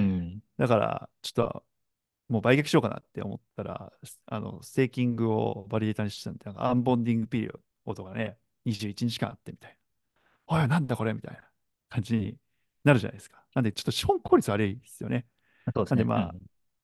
だから、ちょっともう売却しようかなって思ったら、ステーキングをバリデータにしてたんで、なんかアンボンディングピリオドがね、21日間あってみたいな。おい、なんだこれみたいな感じになるじゃないですか。なんで、ちょっと資本効率悪いですよね。 そうですね。うなんでまあ、 ん。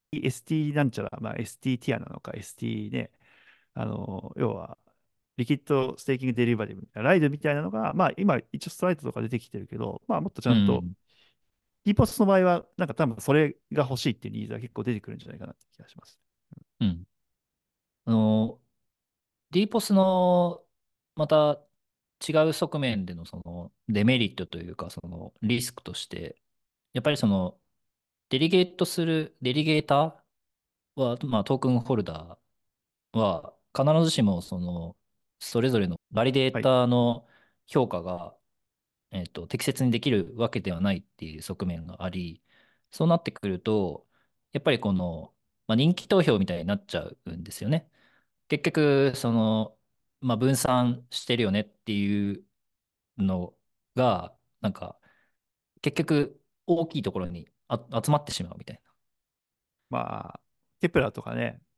ST なんちゃら、まあ ST ティアなのか、ST ね、要は、リキッドステーキングデリバティブみたいな、ライドみたいなのが、まあ今一応ストライドとか出てきてるけど、まあもっとちゃんと、 うん。 DPoS の場合は、なんか多分それが欲しいっていうニーズが結構出てくるんじゃないかなって気がします。 うん。あの、DPoS の、また違う側面でのそのデメリットというか、そのリスクとして、やっぱりそのデリゲーターは、まあトークンホルダーは必ずしもその、それぞれのバリデーはい。 タの評価が、適切にできるわけではないっていう側面があり、そうなってくると、やっぱりこの、まあ、人気投票みたいになっちゃうんですよね。結局、その、まあ、分散してるよねっていうのが、なんか、結局、大きいところに集まってしまうみたいな。 まあ、ケプラーとかね、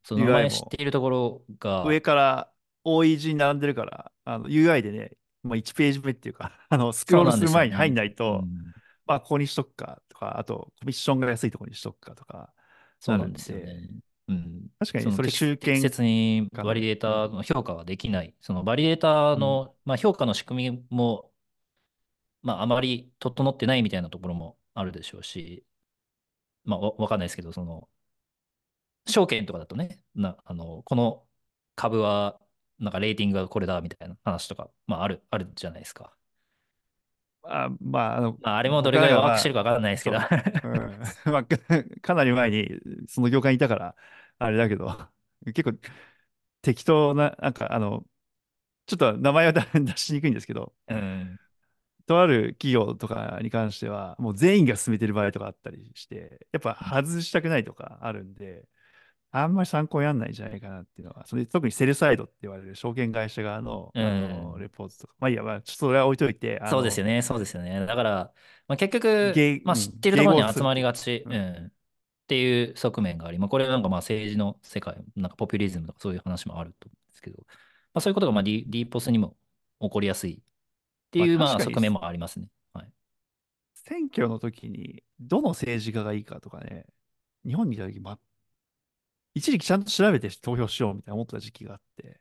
その名 UI 前知っもているところが、 上から多い順に並んでるから、UI でね、まあ、1ページ目っていうか、スクロールするそうなんですよ前に入んね。 ないと、 うん。 まあ、ここにしとくかとか、あと、コミッションが安いところにしとくかとか、なるそうなんですよんで、 ね。うん。 確かにそれ集権適切にかな。 バリデーうん。 タの評価ができない。そのバリデータうん。 の、まあ、評価の仕組みも、まあ、あまり整ってないみたいなところもあるでしょうし、まあ、わかんないですけど、その、証券とかだとね、この株は、なんかレーティングがこれだみたいな話とか、まあ、あるじゃないですか。 まあ、 まあ、あれもどれぐらい僕はなんかまワークしてるかわかんないですけど。 そう、うん。まあ、かなり前にその業界にいたから、あれだけど、結構適当な、ちょっと名前は出しにくいんですけど、 うん。 とある企業とかに関しては、もう全員が進めてる場合とかあったりして、やっぱ外したくないとかあるんで、あんまり参考にならないんじゃないかなっていうのは、それ特にセルサイドって言われる証券会社側の、 うん。 レポートとか、まあいいや、まあちょっとそれは置いといて、 そうですよね、そうですよね。だから、まあ、結局、まあ、知っていると迎ころに集ま合するっていうか、 りがち、 うん。 うん、っていう側面があり、まあ、これなんかまあ政治の世界、なんかポピュリズムとかそういう話もあると思うんですけど、まあ、そういうことがまあディーポスにも起こりやすいってまあいうま確かにあ側面もありますね。はい。 選挙の時にどの政治家がいいかとかね、日本にいた時、一時期ちゃんと調べて投票しようみたいな思った時期があって、 うん。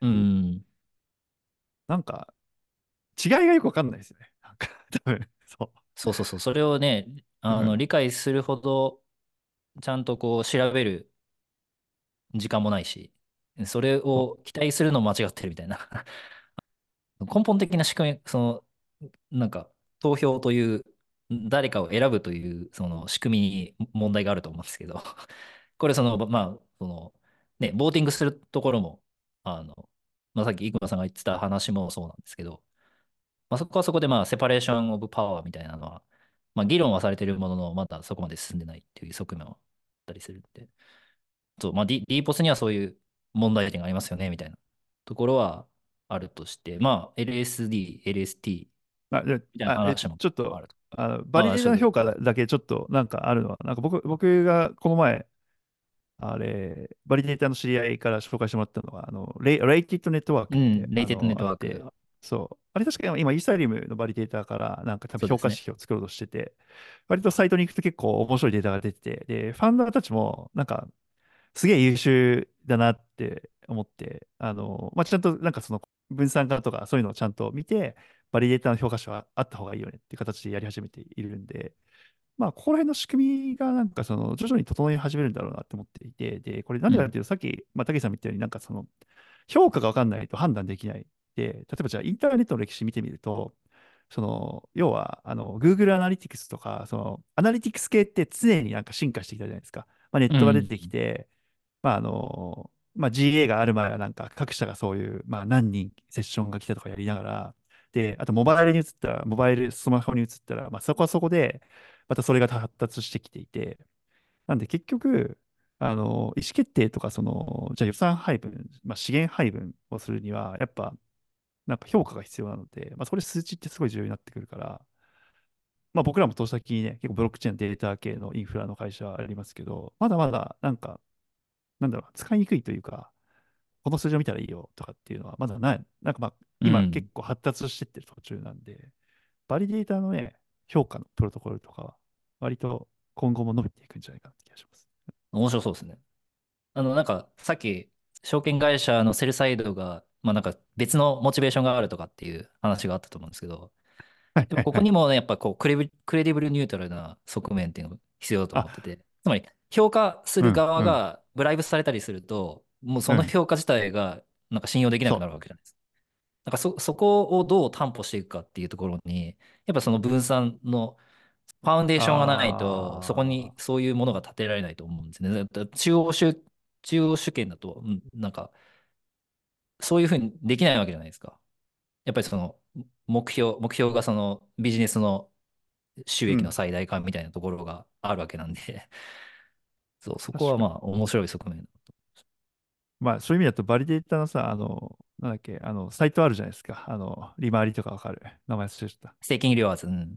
なんか違いがよくわかんないですよね。なんか多分、そそうそうそう。それをね、 う。うん。 理解するほど、ちゃんとこう調べる時間もないし、それそを期待するのも間違ってるみたいな。根本的な仕組み、なんか、投票という、誰かを選ぶという、その仕組みに問題があると思うんですけど、これ、まあ、ね、ボーティングするところも、まあ、さっき生駒さんが言ってた話もそうなんですけど、まあ、そこはそこで、まあ、セパレーションオブパワーみたいなのは、まあ、議論はされているものの、まだそこまで進んでないっていう側面はあったりするんで、そう、まあ、D ポスにはそういう問題点がありますよね、みたいなところはあるとして、まあ、LSD、LST みたいな話もちょっと、 あると。 バリああ、そう。 データの評価だけちょっとなんかあるのは、なんか僕がこの前、バリデータの知り合いから紹介してもらったのは、レイティッドネットワークっうん、 て、 レイテッドネットワーク。 あって、そう。あれ確か今、イーサリアムのバリデータから、なんか多分評価そうですね。 指標を作ろうとしてて、割とサイトに行くと結構面白いデータが出てて、で、ファウンダーたちも、なんか、すげえ優秀だなって思って、まあ、ちゃんとなんかその分散化とかそういうのをちゃんと見て、バリデータの評価書はあった方がいいよねっていう形でやり始めているんで、まあ、ここら辺の仕組みがなんかその徐々に整い始めるんだろうなって思っていて、で、これなんうん。 でかっていうと、さっき、まあ、竹井さんも言ったように、なんかその評価が分かんないと判断できない。で、例えばじゃあインターネットの歴史見てみると、要は、Google アナリティクスとか、アナリティクス系って常になんか進化してきたじゃないですか。まあ、ネッうん。 トが出てきて、まあ、GA がある前はなんか各社がそういう、まあ、何人セッションが来たとかやりながら、で、あとモバイルに移ったら、モバイル、スマホに移ったら、まあ、そこはそこで、またそれが発達してきていて、なんで結局、意思決定とか、じゃあ予算配分、まあ、資源配分をするには、やっぱ、なんか評価が必要なので、まあ、それ数値ってすごい重要になってくるから、まあ、僕らも投資先にね、結構ブロックチェーンデータ系のインフラの会社ありますけど、まだまだなんか、なんだろう、使いにくいというか、この数字を見たらいいよとかっていうのはまだない。なんかまあ、今結うん。 構発達してってる途中なんで、バリデータのね、評価のプロトコルとかは、割と今後も伸びていくんじゃないかなって気がします。 面白そうですね。なんか、さっき、証券会社のセルサイドが、まあなんか別のモチベーションがあるとかっていう話があったと思うんですけど、 はいでもはいはい。 ここにもね、やっぱこうクレディブルニュートラルな側面っていうのが必要だと思ってあ、 て、つまり評価するうん、うん、 側がブライブされたりすると、もうそのうん。 評価自体がなんか信用できなくなるそう。 わけじゃないですか。なんかそこをどう担保していくかっていうところに、やっぱその分散のファウンデーションがないと、そこにああ、 そういうものが立てられないと思うんですね。だから中央集権だと、なんかそういうふうにできないわけじゃないですか。やっぱりその目標がそのビジネスの収益のうん。 最大化みたいなところがあるわけなんで、そう、そこ確かに。 はまあ面白い側面。 まあ、そういう意味だと、バリデータのさ、なんだっけ、サイトあるじゃないですか。利回りとかわかる。名前忘れちゃった。 ステーキングリワーズ、うん。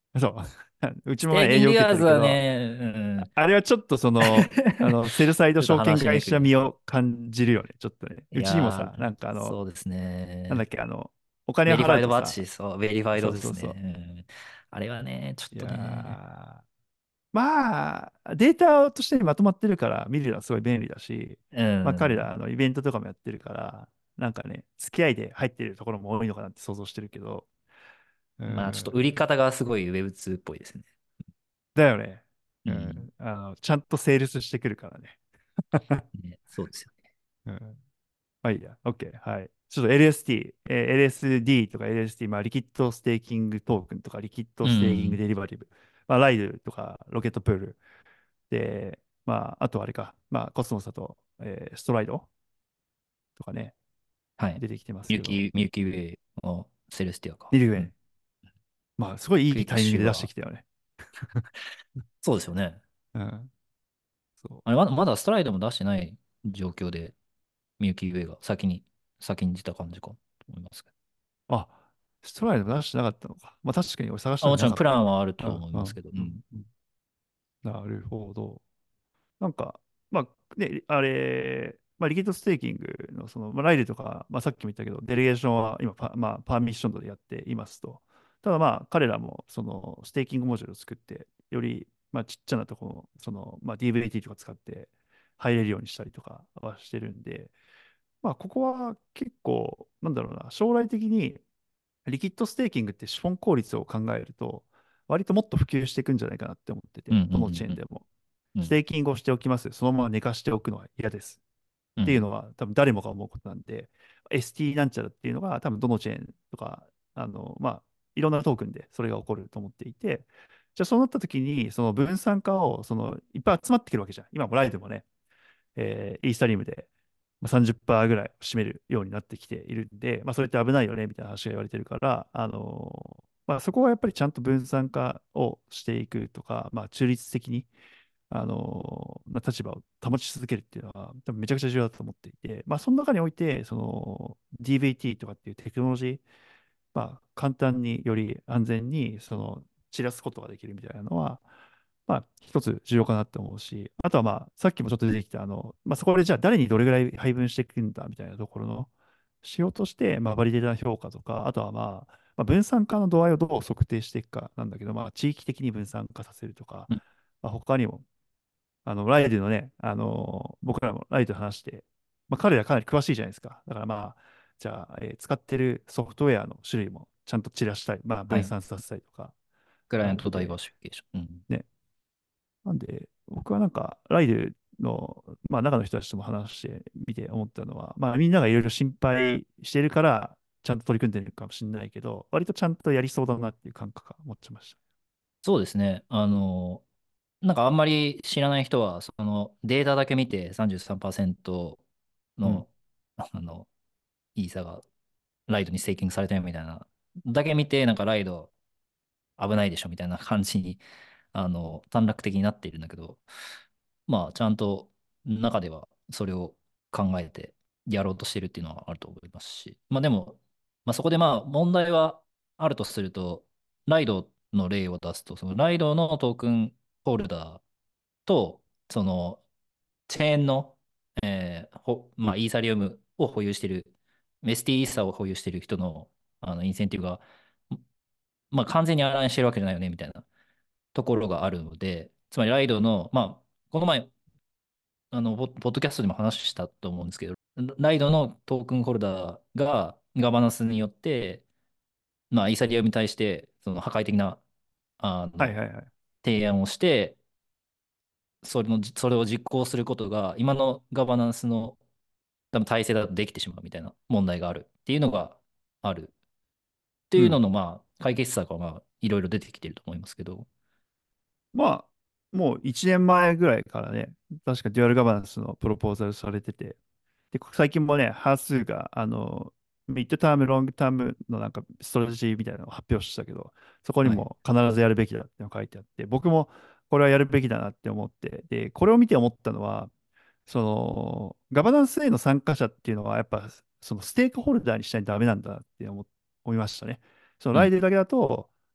そう。うちステーも前営業受けキングリガーズてるけど、 はね、うん。 あれはちょっとセルサイドちょっと証券会話しにくい。 社味を感じるよね。ちょっとね。 いうちにもやー、 さ、なんかそうですね。 なんだっけ、お金をベリファイド払うとさ、 バッジ、そう、ベリファイドですね。 そうそうそうん。あれはね、ちょっう。いやとね、 ー、まあ、データとしてまとまってるから見るのはすごい便利だし、 うまあ彼ん。 らイベントとかもやってるから、なんかね、付き合いで入ってるところも多いのかなって想像してるけど、うまあ、ちょっと売りん、 方がすごい Web2 っぽいですね。 だよね。 うん。 ちゃんとセールスしてくるからね。 ね、そうですよね。 うん、まあいいや。OK。はい。ちょっと LST、LSD とか LST、まあリキッドステーキングトークンとかリキッドうステーキングん。 デリバティブ、まあライドとかロケットプールで、まああとあれか、まあコスモスだと、ストライドとかね、 はい。 出てきてますけど、 ミルキーウェイのセレスティアか。 ニルウェイ。 うん。 まあすごいいクイックいタイミングで出してシュは、 きたよね。 そうですよね。 うん。そあれ、まだストライドも出してない状況で、ミルキーウェイが先に出た感じかと思いますけど。 う。あ、ストライド出してなかったのか。まあ確かに俺探したあ、もちろん時なかったわ。 プランはあるとうんうん思いますけど、うん。 うんうん。なるほど。なんか、まあ、ね、あれ、まあ、リキッドステーキングの、まあ、ライルとか、まあ、さっきも言ったけど、デリゲーションは今まあ、パーミッション度でやっていますと。ただまあ、彼らも、ステーキングモジュールを作って、より、まあ、ちっちゃなところ、まあ、DVT とか使って入れるようにしたりとかはしてるんで、まあ、ここは結構、なんだろうな、将来的に、リキッドステーキングって資本効率を考えると、割ともっと普及していくんじゃないかなって思ってて、 うんうんどのチェーうんンでも。 うん。うん。 ステーキングをしておきます。そのまま寝かしておくのは嫌です。っていううん。 のは多分誰もが思うことなんで、ST なんちゃらっていうのが多分どのチェーンとか、まあ、いろんなトークンでそれが起こると思っていて、じゃあそうなった時に、その分散化をいっぱい集まってくるわけじゃん。今もライドもね、イーサリアムでまあ30%ぐらい占めるようになってきているんで、まあ、それって危ないよねみたいな話が言われてるから、まあ、そこはやっぱりちゃんと分散化をしていくとか、まあ、中立的に、立場を保ち続けるっていうのは、多分めちゃくちゃ重要だと思っていて、まあ、その中において、DVT とかっていうテクノロジー、まあ、簡単により安全に、散らすことができるみたいなのは、まあ、一つ重要かなって思うし、あとはまあ、さっきもちょっと出てきた、まあ、そこでじゃあ誰にどれぐらい配分していくんだみたいなところの仕様として、まあ、バリデータの評価とか、あとはまあ、分散化の度合いをどう測定していくかなんだけど、まあ、地域的に分散化させるとか、 うん。 まあ、他にも、ライドのね、僕らもライド話して、まあ、彼らかなり詳しいじゃないですか。だからまあ、じゃあ、使ってるソフトウェアの種類もちゃんと散らしたり、まあ、 はい。 分散させたりとかクライアントダイバーあるんで、 シフィケーション。うん。 ね。なんで、僕はなんか、ライドの、まあ、中の人たちとも話してみて思ったのは、まあ、みんながいろいろ心配してるから、ちゃんと取り組んでるかもしれないけど、割とちゃんとやりそうだなっていう感覚が持ってましそうですね。なんかあんまり知らない人は、そのデータだけ見て33% た。うん。 の、イーサがライドにステーキングされたよみたいな、だけ見て、なんかライド危ないでしょみたいな感じに、短絡的になっているんだけど、まあ、ちゃんと中ではそれを考えてやろうとしてるっていうのはあると思いますし、まあでも、まあそこでまあ問題はあるとすると、ライドの例を出すと、そのライドのトークンホルダーと、そのチェーンの、まあ、イーサリアムを保有している、ST イーサを保有している人の、インセンティブが、まあ、完全にアラインしてるわけじゃないよね、みたいなところがあるので、つまりライドの、まあ、この前、ポッドキャストでも話したと思うんですけど、ライドのトークンホルダーがガバナンスによって、まあ、イーサリアムに対して、その破壊的な、あの、 はいはいはい。 提案をして、それを実行することが、今のガバナンスの多分体制だとできてしまうみたいな問題があるっていうのがある。ってうん。 いうのの、まあ、解決策は、まあ、いろいろ出てきてると思いますけど。 まあ、もう1年前ぐらいからね、確かデュアルガバナンスのプロポーザルされてて、で、最近もね、ハースが、ミッドターム、ロングタームのなんかストラテジーみたいなのを発表したけど、そこにはい。 も必ずやるべきだっていうのが書いてあって、僕もこれはやるべきだなって思って、で、これを見て思ったのは、ガバナンスへの参加者っていうのは、やっぱ、そのステークホルダーにしないとダメなんだなって思いましたね。そのうん。 ライデルだけだと、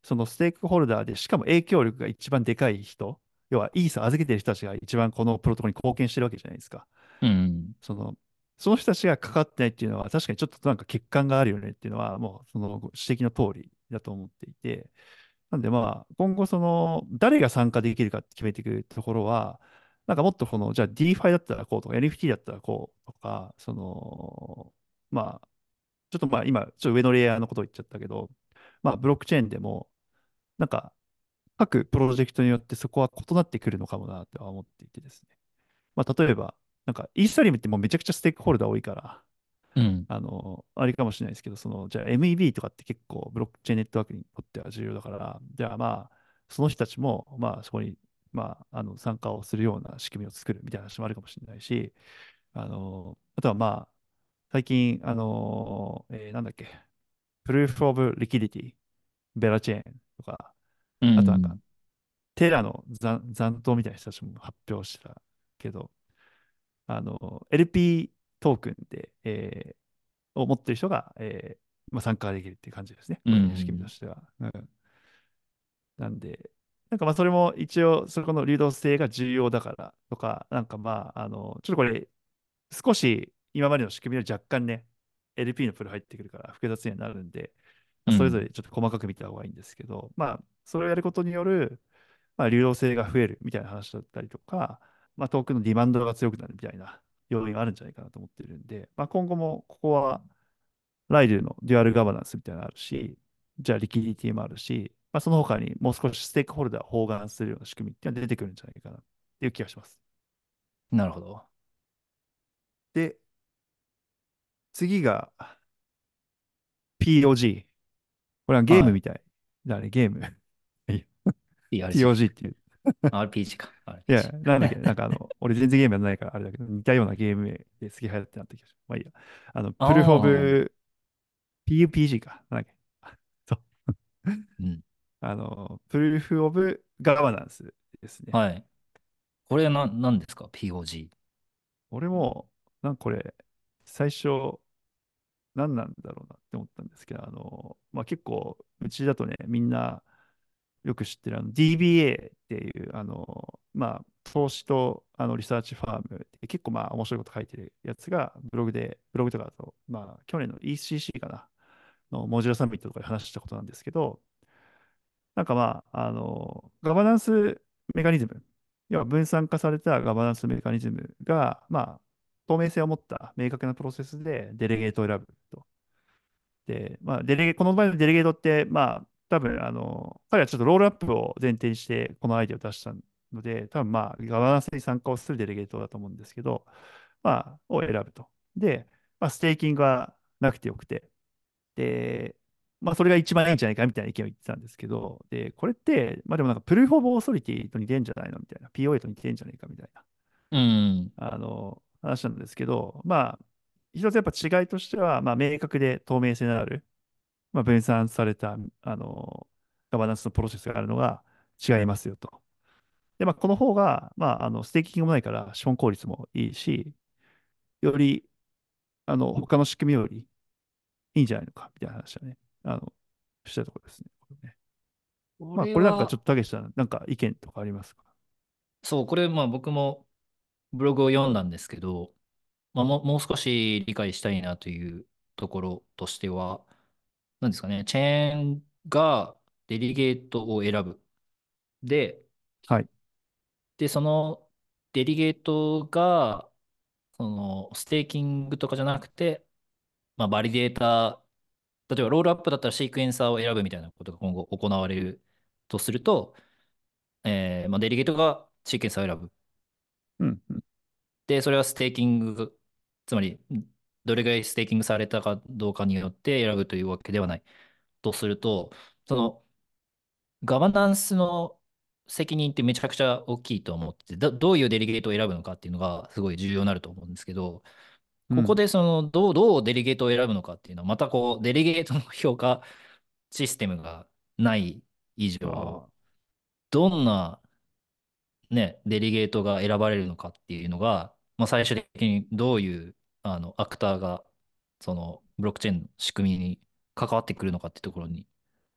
そのステークホルダーで、しかも影響力が一番でかい人、要はイーサ預けてる人たちが一番このプロトコルに貢献してるわけじゃないですか。 うん。 その、その人たちが関わってないっていうのは、確かにちょっとなんか欠陥があるよねっていうのは、もうその指摘の通りだと思っていて、なんでまあ、今後その、誰が参加できるかって決めていくところは、なんかもっとこの、じゃあ DeFi だったらこうとか、NFT だったらこうとか、その、まあ、ちょっとまあ今、ちょっと上のレイヤーのことを言っちゃったけど、まあブロックチェーンでも、なんか各プロジェクトによってそこは異なってくるのかもなとは思っていてですね。まあ例えば、なんかイーサリアムってもうめちゃくちゃステークホルダー多いから、 うん。 あれかもしれないですけど、その、じゃあ MEB とかって結構ブロックチェーンネットワークにとっては重要だから、じゃあまあ、その人たちも、まあそこに、まあ、参加をするような仕組みを作るみたいな話もあるかもしれないし、あとはまあ、最近、なんだっけ、Proof of Liquidity、ベラチェーンとか、 うあとなんか、 ん。 テラの残党みたいな人たちも発表してたけど、LP トークンで、を持ってる人が、まあ、参加できるっていう感じですね。 うこれ、仕組みとん。 しては。うん。なんで、なんかまあそれも一応、そこの流動性が重要だからとか、なんかまあ、ちょっとこれ、少し今までの仕組みより若干ね、LP のプール入ってくるから複雑にはなるんで、まあそれぞうん。 れちょっと細かく見た方がいいんですけど、まあ、それをやることによる、まあ、流動性が増えるみたいな話だったりとか、まあ、トークンのディマンドが強くなるみたいな要因があるんじゃないかなと思ってるんで、まあ、今後もここはライドのデュアルガバナンスみたいなのあるし、じゃあリキュリティもあるし、まあ、その他にもう少しステークホルダーを包含するような仕組みっていうのが出てくるんじゃないかなっていう気がします。 なるほど。 で、次が POG。これはゲーはい。 ムみたい。だね、ゲーム。 PRG。 POG っていう。 RPG か。 いや、なんだっけ、 RPG。 俺全然ゲームやんないからあれだけど、似たようなゲーム名ですげえ流行ってなった気がします。まあいいや。 あプルフオあ。 ブ PUPG か。なんだっけ。そう。 うん。 プルーフオブガバナンスですね。 はい。これなんですか？ POG。 俺も、なんかこれ、最初、何なんだろうなって思ったんですけど、まあ、結構、うちだとね、みんなよく知ってるDBA っていう、まあ、投資とリサーチファームで結構まあ面白いこと書いてるやつがブログとかだと、まあ、去年の ECC かな、のモジュラサミットとかで話したことなんですけど、なんかまあ、ガバナンスメカニズム、要は分散化されたガバナンスメカニズムが、まあ、透明性を持った明確なプロセスでデレゲートを選ぶと。で、まあ、この場合のデレゲートって、まあ、多分、彼はちょっとロールアップを前提にして、このアイデアを出したので、多分まあ、ガバナンスに参加をするデレゲートだと思うんですけど、まあ、を選ぶと。で、まあ、ステーキングはなくてよくて、で、まあ、それが一番いいんじゃないかみたいな意見を言ってたんですけど、で、これって、まあでもなんか、プルーフ・オブ・オーソリティと似てんじゃないのみたいな、POA と似てんじゃないかみたいな、 うん。 話なんですけど、まあ、一つやっぱ違いとしては、まあ、明確で透明性のある、まあ、分散された、ガバナンスのプロセスがあるのが違いますよと。で、まあ、この方が、まあ、ステーキングもないから、資本効率もいいし、より、他の仕組みよりいいんじゃないのか、みたいな話はね、したところですね。これね。 こまあ、これなんかちれは、 ょっと、たけしさん、なんか意見とかありますか？ そう、これ、まあ僕もブログを読んだんですけど、まあ、もう少し理解したいなというところとしては、何ですかね、チェーンがデリゲートを選ぶ。で、 はい。 そのデリゲートが、そのステーキングとかじゃなくて、まあ、バリデータ、例えばロールアップだったらシークエンサーを選ぶみたいなことが今後行われるとすると、まあ、デリゲートがシークエンサーを選ぶ。 うん、うん、 で、それはステーキング、つまり、どれぐらいステーキングされたかどうかによって選ぶというわけではない。とすると、そのガバナンスの責任ってめちゃくちゃ大きいと思ってて、どういうデリゲートを選ぶのかっていうのがすごい重要になると思うんですけど、ここうん。 でそのどうデリゲートを選ぶのかっていうのは、またこう、デリゲートの評価システムがない以上、 ああ、 どんなね、デリゲートが選ばれるのかっていうのが、まあ、最終的にどういうアクターがそのブロックチェーンの仕組みに関わってくるのかっていうところに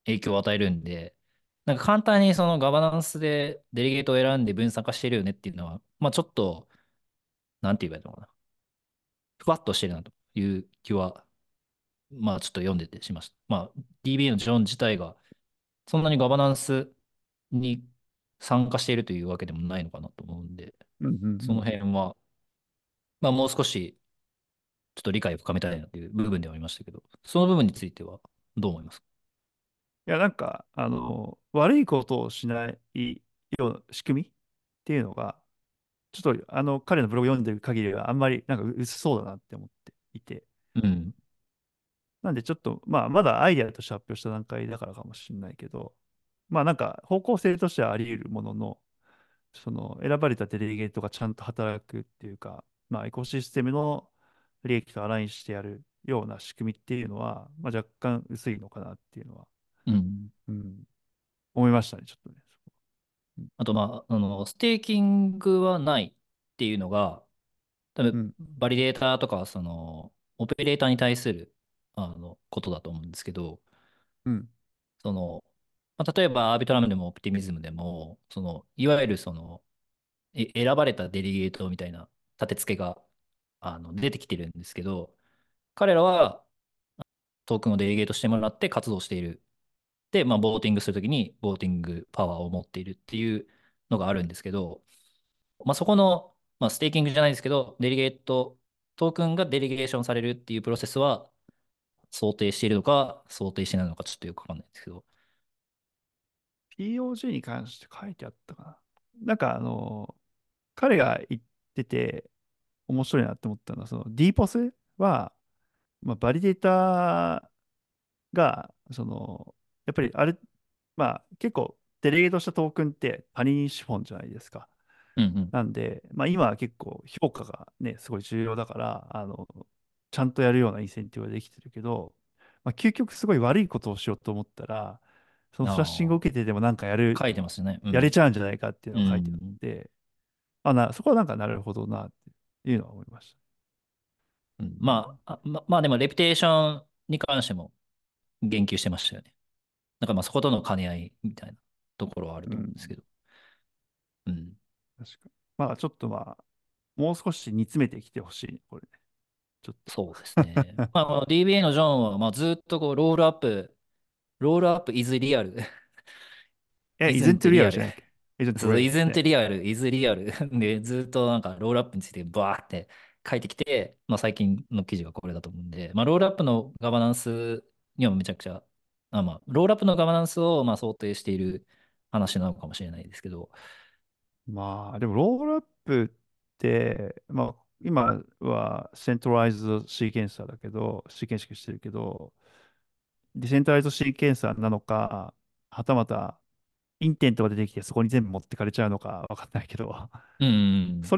影響を与えるんで、なんか簡単にそのガバナンスでデリゲートを選んで分散化してるよねっていうのは、まあちょっと、なんて言えばいいのかな。ふわっとしてるなという気は、まあちょっと読んでてしました。まあ DB のジョン自体がそんなにガバナンスに参加しているというわけでもないのかなと思うんで、 うんうんうそのん。 辺は、まあもう少しちょっと理解を深めたいなという部分ではありましたけど、その部分についてはどう思いますか？ いや、なんか、悪いことをしないような仕組みっていうのが、ちょっと、彼のブログ読んでる限りは、あんまり、なんか薄そうだなって思っていて。 うん。 なんで、ちょっと、まあ、まだアイデアとして発表した段階だからかもしれないけど、まあ、なんか、方向性としてはあり得るものの、その、選ばれたデリゲートがちゃんと働くっていうか、まあ、エコシステムの利益とアラインしてやるような仕組みっていうのは、まあ、若干薄いのかなっていうのは、 うん。 うん、思いましたね、ちょっとね。うん。 あと、まあ、ステーキングはないっていうのが、多分、 うん。 バリデータとか、オペレーターに対する、ことだと思うんですけど、 うん。 まあ、例えば、アービトラムでもオプティミズムでも、いわゆる選ばれたデリゲートみたいな立て付けが、出てきてるんですけど、彼らはトークンをデリゲートしてもらって活動している。で、まあ、ボーティングするときに、ボーティングパワーを持っているっていうのがあるんですけど、まあ、そこの、まあ、ステーキングじゃないですけど、デリゲート、トークンがデリゲーションされるっていうプロセスは想定しているのか、想定してないのか、ちょっとよくわかんないんですけど。 POG に関して書いてあったかな。なんか彼が言ってて面白いなって思ったのは、その DPoS は、まあ、バリデータが、やっぱりあれ、まあ結構デレゲートしたトークンって他人資本じゃないですか。 うんうん。 なんで、まあ今は結構評価がね、すごい重要だから、ちゃんとやるようなインセンティブができてるけど、まあ究極すごい悪いことをしようと思ったら、そのフラッシングをあ受けてでもなんかあ、書いてますね。うん。 やれちゃうんじゃないかっていううのが書いてあっん。 て、そこはなんかなるほどなっていうのは思いましうん、 た。うん。 まあでも、レピュテーションに関しても言及してましたよね。だからまあそことの兼ね合いみたいなところはあると思うんですけうん。 ど。うん。 確かに。まあちょっとまあ、もう少し煮詰めてきてほしいね、これね。ちょっと。 そうですね。まあ、DBA のジョンは、まあ、ずっとこう、ロールアップ is real, イズン isn't トリアル real. じゃないっけ？イズントそう、 リアルです isn't ね。 real, is real. で、ずっとなんか、ロールアップについてバーって書いてきて、まあ、最近の記事がこれだと思うんで、まあ、ロールアップのガバナンスにはめちゃくちゃ、まあ、ロールアップのガバナンスをまあ想定している話なのかもしれないですけど、 まあ、でもロールアップって、まあ、今はセントライズシーケンサーだけど、シーケンシングしてるけど、ディセントライズシーケンサーなのか、はたまたインテントが出てきてそこに全部持ってかれちゃうのかわかんないけど、 うん、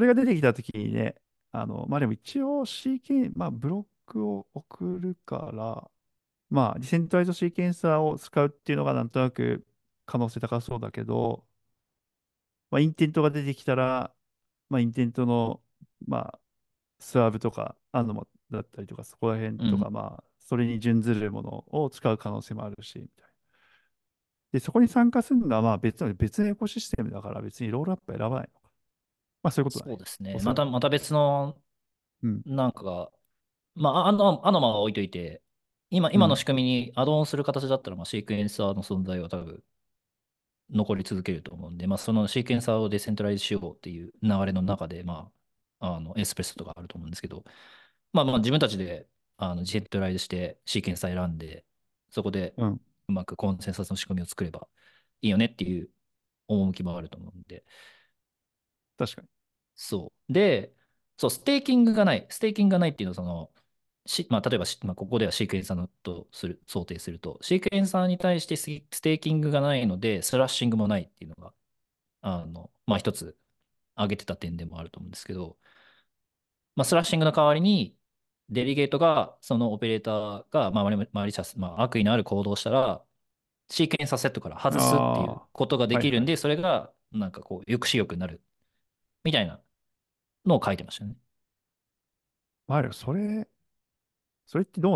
それが出てきたときにね、まあでも一応シーケン、まあブロックを送るから、まあディセントライズシーケンサーを使うっていうのがなんとなく可能性高そうだけど、まあインテントが出てきたら、まあインテントの、まあスワーブとかアノマだったりとか、そこら辺うん、 とか、まあそれに準ずるものを使う可能性もあるし、みたいな。で、そこに参加するのはまあ別のエコシステムだから別にロールアップ選ばないのか。まあそういうことだね。 そうですね。 おそらく。 また別のうん。 なんかが、まあ、アノマは置いといて、今の仕うん。 組みにアドオンする形だったら、まあ、シークエンサーの存在は多分残り続けると思うんで、まあ、そのシークエンサーをデセントライズしようっていう流れの中で、まあ、エスプレッソとかあると思うんですけど、まあ自分たちでデセントライズしてシークエンサー選んで、そこでうん。 うまくコンセンサスの仕組みを作ればいいよねっていう趣もあると思うんで、 確かに。 そう。で、そう、ステーキングがない。ステーキングがないっていうのは、まあ、例えばまあ、ここではシークエンサーのと想定すると、シークエンサーに対してステーキングがないので、スラッシングもないっていうのが、まあ、一つ挙げてた点でもあると思うんですけど、まあ、スラッシングの代わりに、デリゲートが、そのオペレーターが、まあ、マリシャス、まあ、悪意のある行動をしたら、シークエンサーセットからあ外すっていうあ、 ことができるんで、 はいはい。 それが、なんかこう、抑止力になるみたいなのを書いてましたね。 まあでもそれってどうなん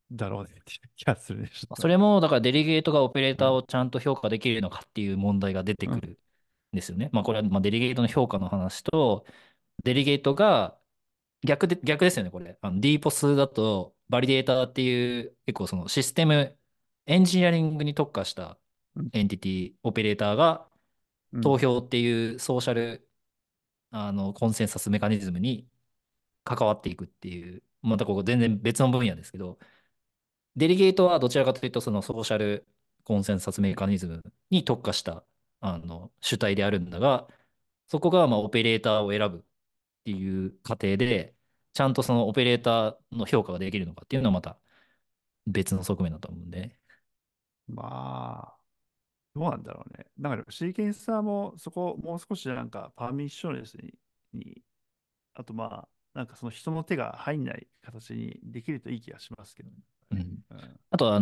だろうねっていう気がするね、ちょっと。 それも、だからデリゲートがオペレーターをうん。 ちゃんと評価できるのかっていう問題が出てうん。 くるんですよね。まあこれはまあデリゲートの評価の話と、デリゲートが逆ですよね、これ。DPoS だと、バリデータっていう結構そのシステム、エンジニアリングに特化したうん。 エンティティ、オペレーターがうん。 投票っていうソーシャル、コンセンサスメカニズムに関わっていくっていう、またここ全然別の分野ですけど、デリゲートはどちらかというとそのソーシャルコンセンサスメカニズムに特化した主体であるんだが、そこがまあオペレーターを選ぶっていう過程で、ちゃんとそのオペレーターの評価ができるのかっていうのはまた別の側面だと思うんで。 まあ、どうなんだろうね。だからシーケンサーもそこ、もう少しなんかパーミッションレスに、あとまあ、なんかその人の手が入んない形にできるといい気がしますけどね。 うん。 うん。 あと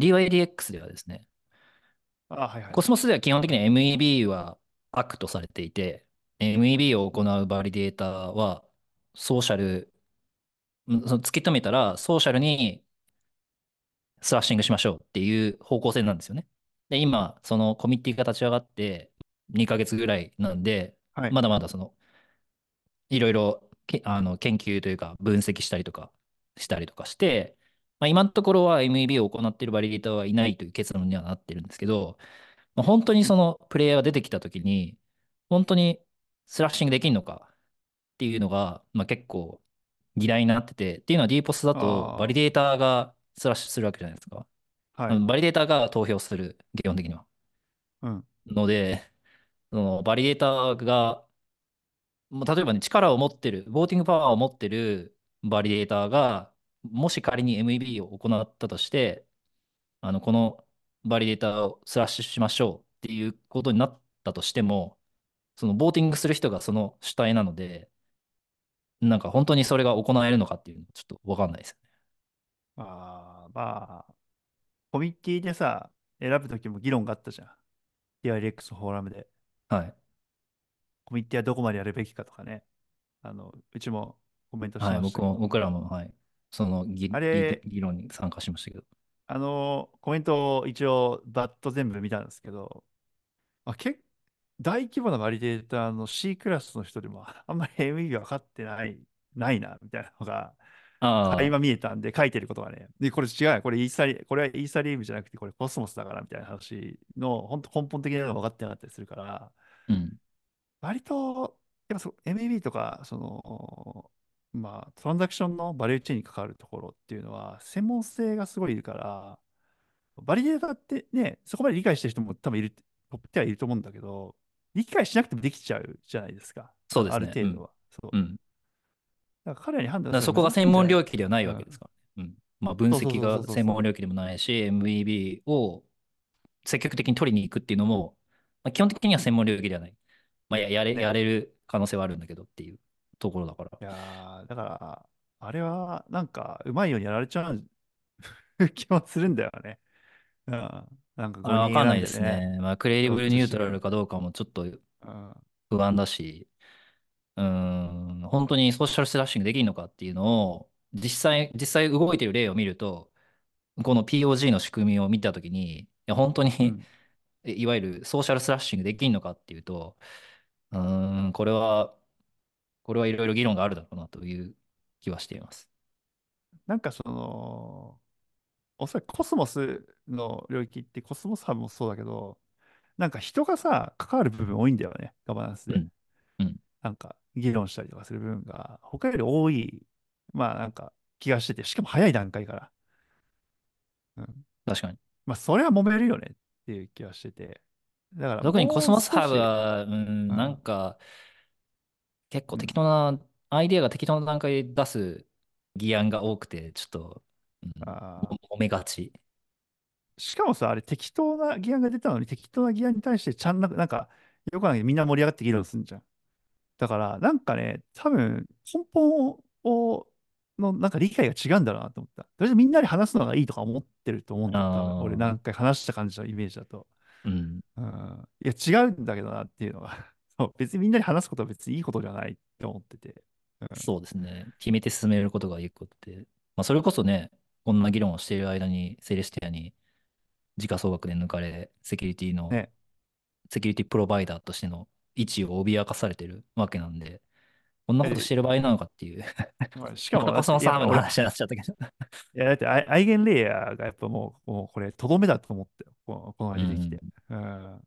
DYDX ではですね、 あ、はいはい。 コスモスでは基本的に MEB は悪とされていて、MEB を行うバリデータはソーシャル、その突き止めたらソーシャルにスラッシングしましょうっていう方向性なんですよね。で、今、そのコミッティが立ち上がって2ヶ月ぐらいなんで、 はい。 まだまだその、いろいろ研究というか分析したりとかして、まあ、今のところは MEB を行っているバリデータはいないという結論にはなってるんですけど、まあ、本当にそのプレイヤーが出てきたときに、本当にスラッシングできるのかっていうのが、まあ、結構議題になってて、っていうのは DPoS だとバリあデータがスラッシュするわけじゃないですか。 あ、はい。 バリデータが投票する、基本的には。 うん。 ので、そのバリデータが、もう例えばね、力を持ってる、ボーティングパワーを持ってるバリデータが、もし仮に MEB を行ったとして、このバリデータをスラッシュしましょうっていうことになったとしても、そのボーティングする人がその主体なので、なんか本当にそれが行えるのかっていうのはちょっとわかんないですよね。 ああ、まあ、コミッティでさ、選ぶときも議論があったじゃん。TRX フォーラムで。 はい。 コミッティはどこまでやるべきかとかね。うちもコメントしはい。 ましたけど。 僕らも、はい。そのあれ、 議論に参加しましたけど。 コメントを一応バッと全部見たんですけど、あ、大規模なバリデータの C クラスの人でもあんまり ME 分かってないな、みたいなのが、垣ああ、 間見えたんで書いてることがね。で、これ違うよ。これはイーサリアムじゃなくて、これコスモスだから、みたいな話の、本当根本的なのが分かってなかったりするから、 うん。 割と、やっぱMAB とか、まあ、トランザクションのバリューチェーンに関わるところっていうのは、専門性がすごいいるから、バリデータってね、そこまで理解してる人も多分トップ10はいると思うんだけど、理解しなくてもできちゃうじゃないですか。あるそうですね。うん。 程度は。そう。 うん。だだから彼らに判断するのからそこが専難しいんじゃない門領域ではないうん。 わけですからね。うん。まあ、分そうそうそうそ析がうそうそう。 専門領域でもないし、MVB を積極的に取りに行くっていうのも、まあ、基本的には専門領域ではない。まあ、やね。 れる可能性はあるんだけどっていうところだから。 いやだから、あれはなんかうまいようにやられちゃう気もするんだよね。うん。なんかあれわ 5人かんないで選んでね、 すね。まあ、クレディブルニュートラルかどうかもちょっとうん。 不安だし、本当にソーシャルスラッシングできるのかっていうのを、実際動いてる例を見ると、この POG の仕組みを見たときに、いや本当にうん。 いわゆるソーシャルスラッシングできるのかっていうと、これこれはいろいろ議論があるだろうなという気はしています。 なんかおそらくコスモスの領域ってコスモスハブもそうだけど、なんか人がさ、関わる部分多いんだよね、ガバナンスで。 うん。うん。 なんか議論したりとかする部分が他より多い、まあなんか気がしてて、しかも早い段階から。うん。 確かに。 まあそれは揉めるよねっていう気がしてて。だから特にコもうスモスハブ少し、 は、なんうん、 か結構適うん。 当な、アイデアが適当な段階で出す議案が多くて、ちょっと、 あ揉めがち。 しかもさ、あれ適当な議案が出たのに適当な議案に対してちゃんな、なんか、よくわかんないけどみんな盛り上がって議論するんじゃん。だから、なんかね、多分、根本のなんか理解が違うんだろうなと思った。とりあえずみんなで話すのがいいとか思ってると思うんだよ、多分。俺ああ、 何回話した感じのイメージだと。 うん。 うん。いや、違うんだけどなっていうのがそう、別にみんなで話すことは別にいいことじゃないって思ってて。うん。 そうですね。決めて進めることがいいことで。まあ、それこそね、 こんな議論をしている間にセレスティアに時価総額で抜かれ、 ね。 セキュリティプロバイダーとしての位置を脅かされてるわけなんで、こんなことしえ、 てる場合なのかっていう。 まあしかまたも、だって、 コスモスハやっぱ俺、 ムの話になっちゃったけど。 いや、だってアイゲンレイヤーがやっぱもうこれ、とどめだと思ったよ。この前うん。 出てきて。うん。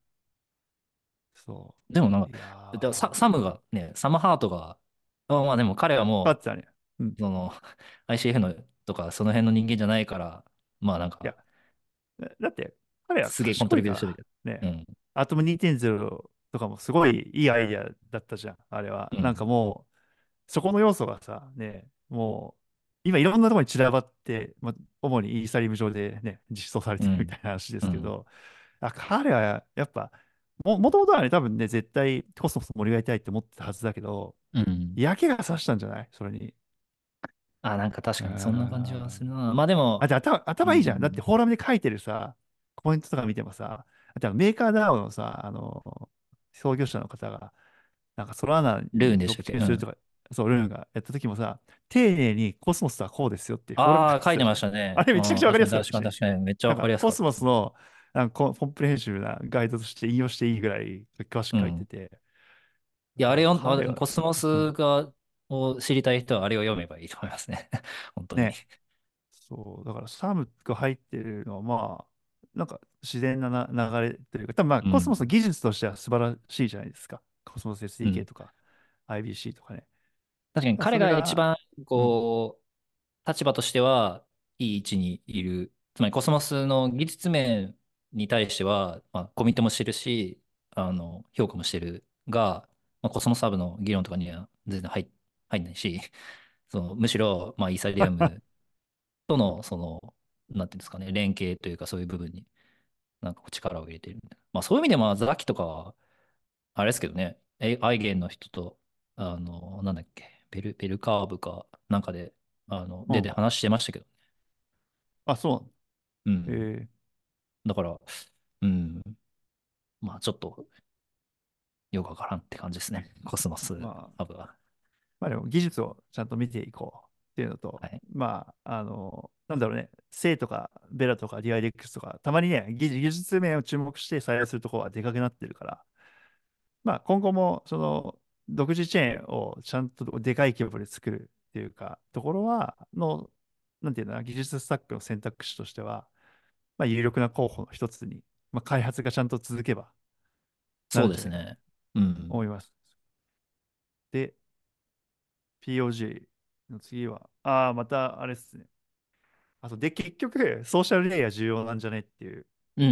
そでもなんう。いやか、 ー、 サムがね、サムハートが、まあでも彼はも勝ってたね。うん。 う、ICF のとかその辺の人間じゃないから、まあなんいや、 か、 だって、彼はすげえコント賢いから、 リビュートしてるけど。うね。 ん。 アトム2.0とかもすごいいいアイデアだったじゃん、あれは。なんかうん。 もう、そこの要素がさ、ね、もう、今いろんなところに散らばって、まあ、主にイーサリアム上でね、実装されてるみたうん。 いな話でうん。 すけど、彼はやっぱ、もともとはね、多分ね、絶対コスモス盛り上げたいって思ってたはずだけど、 うん。 嫌気がさしたんじゃないそれに。 あ、なんか確うーかにそんな感じはすん。 るな。まあでも、 で、 う頭いいじゃん。だってん。 フォーラムで書いてるさ、コメントとか見てもさ、あとメーカー DAO のさ、創業者の方が、なんかソラーナに特ルーンでしたっけ？うん。 注するとか、そう、ルーンがやった時もさ、丁寧にコスモスはこうですよってフォーラム書ああ、書いてまいてたじゃん。 したね。 あれめちゃくうん。 ちゃわかりやすかっ確かにたし、 確かにめっちゃなんわかりやすかコスかったですね。 モスのコンプレヘンシブなガイドとして引用していいぐらい詳しく書いてうん。 て、 いや、あれを、 彼は、 コスモうん、 スを知りたい人はあれを読めばいいと思いますね。本当に。 ね、そう、だからサムが入ってるのは、まあ、なんか自然な流れというか、多分まあコスうん。 モスの技術としては素晴らしいじゃないですか。コスモスう SDK ん。 とか IBC とかね。 確かに彼それが、 が一番、 うん、 立場としてはいい位置にいる。つまりコスモスの技術面に対しては、まあ、コミットもしてるし、評価もしてるが、まあ、コスモスハブの議論とかには全然入んないし、むしろ、まあ、イーサリアムとの、なんていうんですかね、連携というかそういう部分になんか力を入れているみたいな。まあ、そういう意味でまあ、ザキとかは、あれですけどね、アイゲンの人と、なんだっけ、ベルカーブかなんかで、出てうん。 話してましたけど、 あ、そうう。 ん。だから、うん、まあちょっとよくわからんって感じですね。コスモスまあ、 ハブは。 まあでも技術をちゃんと見ていこうっていうのと、 はい。 まあ、なんだろうね、セイとかベラとか DIDX とか、たまにね、技術面を注目して採用するところはでかくなってるから、まあ今後もその独自チェーンをちゃんとでかい規模で作るっていうか、ところは、なんていうのかな、技術スタックの選択肢としては、まあ有力な候補の一つに、まあ開発がちゃんと続けばなそうるんじゃないかなとですね。うん。 思います。で、POG の次は、またあれですね。で、結局、ソーシャルレイヤー重要なんじゃねっていう、 うん。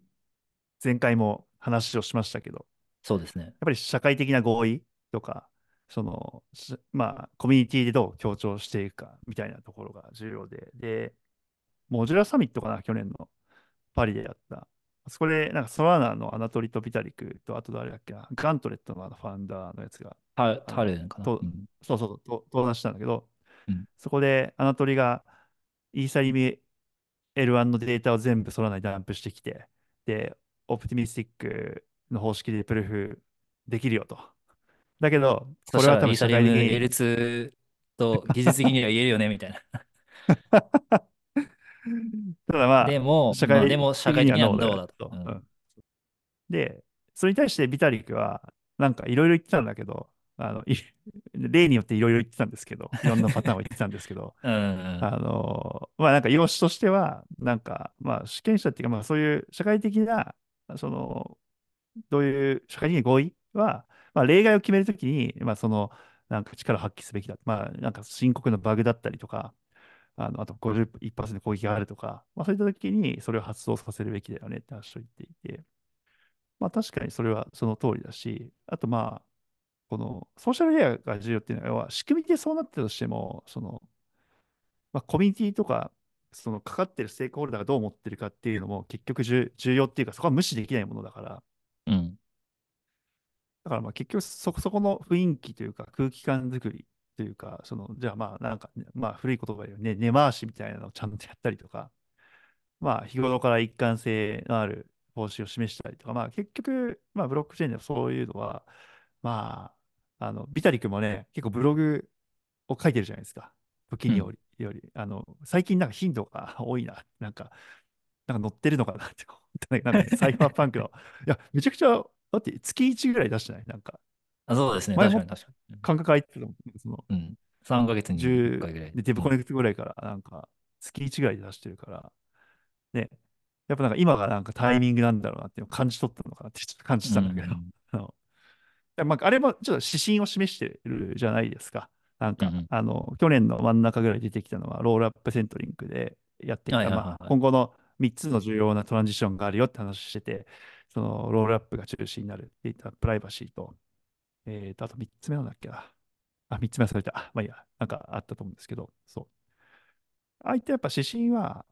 前回も話をしましたけど、 そうですね。 やっぱり社会的な合意とか、まあ、コミュニティでどう強調していくかみたいなところが重要で、で、モジュラサミットかな、去年のパリでやった。そこで、なんかソラーナのアナトリとビタリクと、あと誰だっけな、ガントレットのあのファウンダーのやつが、 タルンかな。うと、 ん。 そうそう、登壇したんだけど、 うん。 そこでアナトリがイーサリム L1 のデータを全部ソラナにダンプしてきて、で、オプティミスティックの方式でプルフできるよと。だけど、 そしたら、 これは多分社イーサリアム会的に L2 と技術的には言えるよね、みたいな。 ただまあ、社で会も社会的には的にはノーだどうだと。 よと。 うん。 うん。で、それに対してビタリックは、なんかいろいろ言ってたんだけど、例によっていろいろ言ってたんですけど、いろんなパターンを言ってたんですけど、 うん。 まあなんか容姿としては、なんか、まあ主権者っていうか、まあそういう社会的な、その、どういう社会的な合意は、まあ例外を決めるときに、まあなんか力を発揮すべきだ。まあなんか深刻なバグだったりとか、あと51%攻撃があるとか、まあそういったときにそれを発動させるべきだよねって話を言っていて、まあ確かにそれはその通りだし、あとまあ、このソーシャルレイヤーが重要っていうのは、仕組みでそうなってたとしても、まあ、コミュニティとか、そのかかってるステークホルダーがどう思ってるかっていうのも結局重要っていうか、そこは無視できないものだから、 うん。 だからまあ結局そこの雰囲気というか空気感作りというか、じゃあまあなんか、まあ古い言葉でね、根回しみたいなのをちゃんとやったりとか、まあ日頃から一貫性のある方針を示したりとか、まあ結局、まあブロックチェーンでもそういうのは、まあ、ビタリックもね、結構ブログを書いてるじゃないですか。時にうん。 より。 より、最近なんか頻度が多いな。なんか乗ってるのかなって思ったね。なんかね、サイファーパンクの。いや、めちゃくちゃ、だって月1ぐらい出してないなんか、 あ、そうですね。 前も確かに確かに。 感覚空いてたもん。その、 うん。3ヶ月に1 10 回ぐらい。 で、デブうん。 コネクトぐらいから、なんか、月1ぐらいで出してるから、ね、やっぱなんか今がなんかタイミングなんだろうなっていうのを感じ取ったのかなってちょっと感じうたんだけど、 ん。 あのまあ、あれもちょっと指針を示してるじゃないですか。なんか、 うんうん。 去年の真ん中ぐらい出てきたのは、ロールアップセントリングでやってきはいた、まあ、 はいはいはい。 今後の3つの重要なトランジションがあるよって話してて、そのロールアップが中心になるって言ったプライバシーと、あと3つ目なんだっけな。あ、3つ目忘れた。まあいいや、なんかあったと思うんですけど、そう。ああいったやっぱ指針は、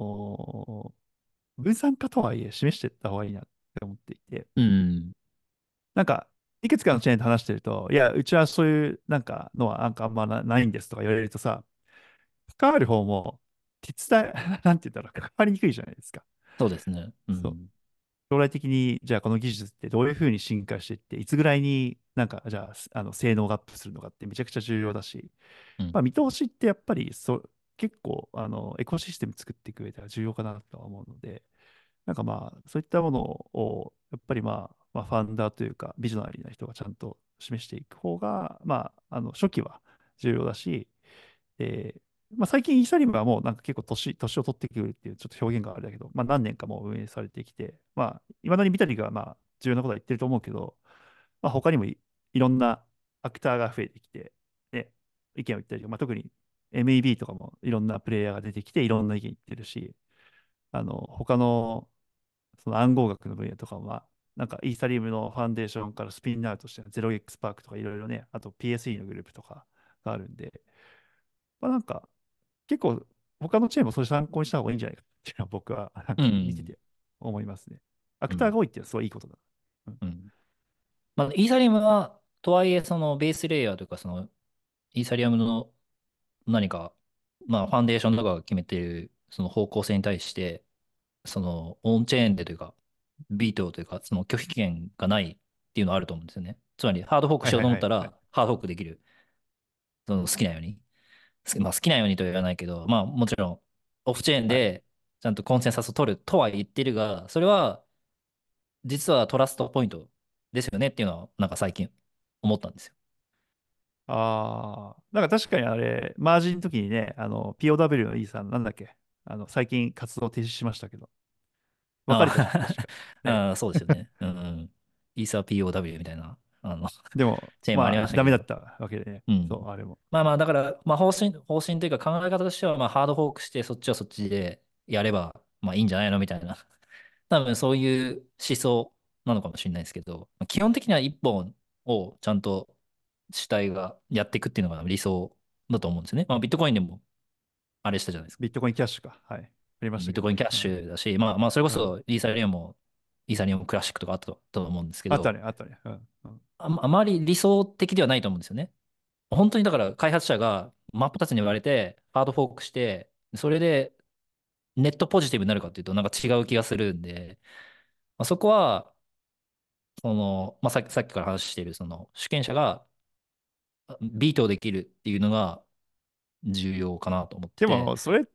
分散化とはいえ示していった方がいいなって思っていて、 うん。 なんか、いくつかのチェーンで話してると、いや、うちはそういうなんかのはなんかあんまないんですとか言われるとさ、関わる方も手伝い、なんて言ったら関わりにくいじゃないですか。 そうですね。うそう。 ん。 将来的に、じゃあこの技術ってどういうふうに進化していって、いつぐらいになんか、じゃあ、性能がアップするのかってめちゃくちゃ重要だし、 うん。 まあ見通しってやっぱり結構、エコシステム作っていく上では重要かなとは思うので、なんかまあ、そういったものを、やっぱりまあ、ファウンダーというか、ビジョナリーな人がちゃんと示していく方が、まあ、初期は重要だし、まあ、最近イーサリアムはもうなんか結構年を取ってくるっていうちょっと表現があれだけど、まあ何年かもう運営されてきて、まあ、いまだにビタリがまあ重要なことは言ってると思うけど、まあ他にもいろんなアクターが増えてきて、ね、意見を言ったりとか、まあ、特に MEB とかもいろんなプレイヤーが出てきて、いろんな意見言ってるし、他のその暗号学の分野とかは、なんかイーサリウムのファンデーションからスピンアウトして 0x パークとかいろいろね、あと PSE のグループとかがあるんで、まあ、なんか結構他のチェーンもそれ参考にした方がいいんじゃないかっていうのは僕はなんうん。 か見てて思いますね。アうん。 クターが多いっていうのはすごいいいことだ。うん、 うん。まあ、イーサリアムは、とはいえ、そのベースレイヤーというか、そのイーサリアムの何か、まあ、ファンデーションとかが決めているその方向性に対して、そのオンチェーンでというか、ビートというか、その拒否権がないっていうのはあると思うんですよね。つまり、ハードフォークしようはいはいはいはい。 と思ったら、ハードフォークできる。その好きなように。まあ、好きなようにとは言わないけど、まあ、もちろん、オフチェーンはい。 でちゃんとコンセンサスを取るとは言ってるが、それは実はトラストポイントですよねっていうのは、なんか最近思ったんですよ。 ああ、なんか確かにあれ、マージンの時にね、POW の E さん、なんだっけ、最近活動停止しましたけど、別れたよね、確あか。ね。 あ、そうですよね。うんうん。イーサー POW みたいな、 でも、 チェーンもありまあ、 ましたけど。 ダメだったわけでね。そう、 うん。 あれも。 まあまあ、だから、まあ方針というか考え方としては、まあハードフォークしてそっちはそっちでやれば、まあいいんじゃないのみたいな。多分そういう思想なのかもしれないですけど、まあ基本的には一本をちゃんと主体がやっていくっていうのが理想だと思うんですよね。まあビットコインでもあれしたじゃないですか。 ビットコインキャッシュか。はい。ありましたけどね。 ビットコインキャッうん。 シュだし、まあまあそれこうん。 そイーサリアムクラシックとかあったと思うんですけど、 あったね、あったね。うん。うん。 あまり理想的ではないと思うんですよね。本当にだから開発者が真っ二つに言われて、ハードフォークして、それでネットポジティブになるかっていうとなんか違う気がするんで、まあ、そこは、まあ、さっきから話している、その主権者がビートできるっていうのが重要かなと思ってて、 でも、それって、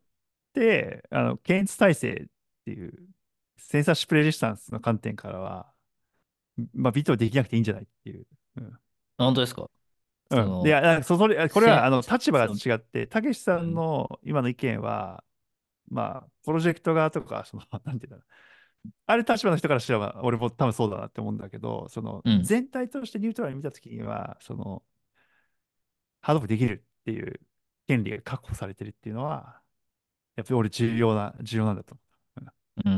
検閲体制っていう、センサーシップレジスタンスの観点からは、まあ、ビットできなくていいんじゃないっていう。うん。 本当ですか？ うん。で、いや、それ、これは、 せ、 立場がその、 違って、たけしさんうん、 の今の意見は、まあ、プロジェクト側とか、なんていうんだろう。ある立場の人からすれば、俺も多分そうだなって思うんだけど、 うん、 全体としてニュートラルに見たときには、ハードオフできるっていう権利が確保されてるっていうのは、やっぱり俺重要なんだと思う。うんうん、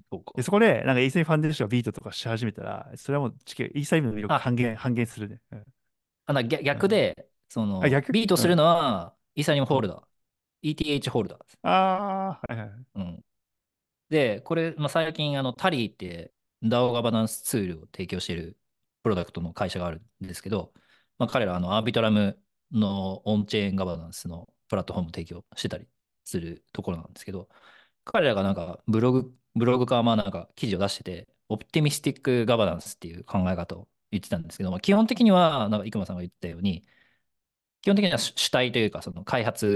そうか。 で、そこで、なんかイーサリアムファンデーションがビートとかし始めたら、それはもうイーサリアムの魅力あ、 半減するね。うんう逆んで、 あ、逆ビートするうん。 のはイーサリアムホうんールダー、ETH ホールダーです。 ああ、はいはい。 うん。で、これ、まあ、最近、タリーって DAO ガバナンスツールを提供しているプロダクトの会社があるんですけど、まあ、彼ら、アービトラムのオンチェーンガバナンスのプラットフォームを提供してたりするところなんですけど、彼らがなんかブログか、まあなんか記事を出してて、オプティミスティックガバナンスっていう考え方を言ってたんですけど、まあ、基本的には、なんか生駒さんが言ったように、基本的には主体というか、その開発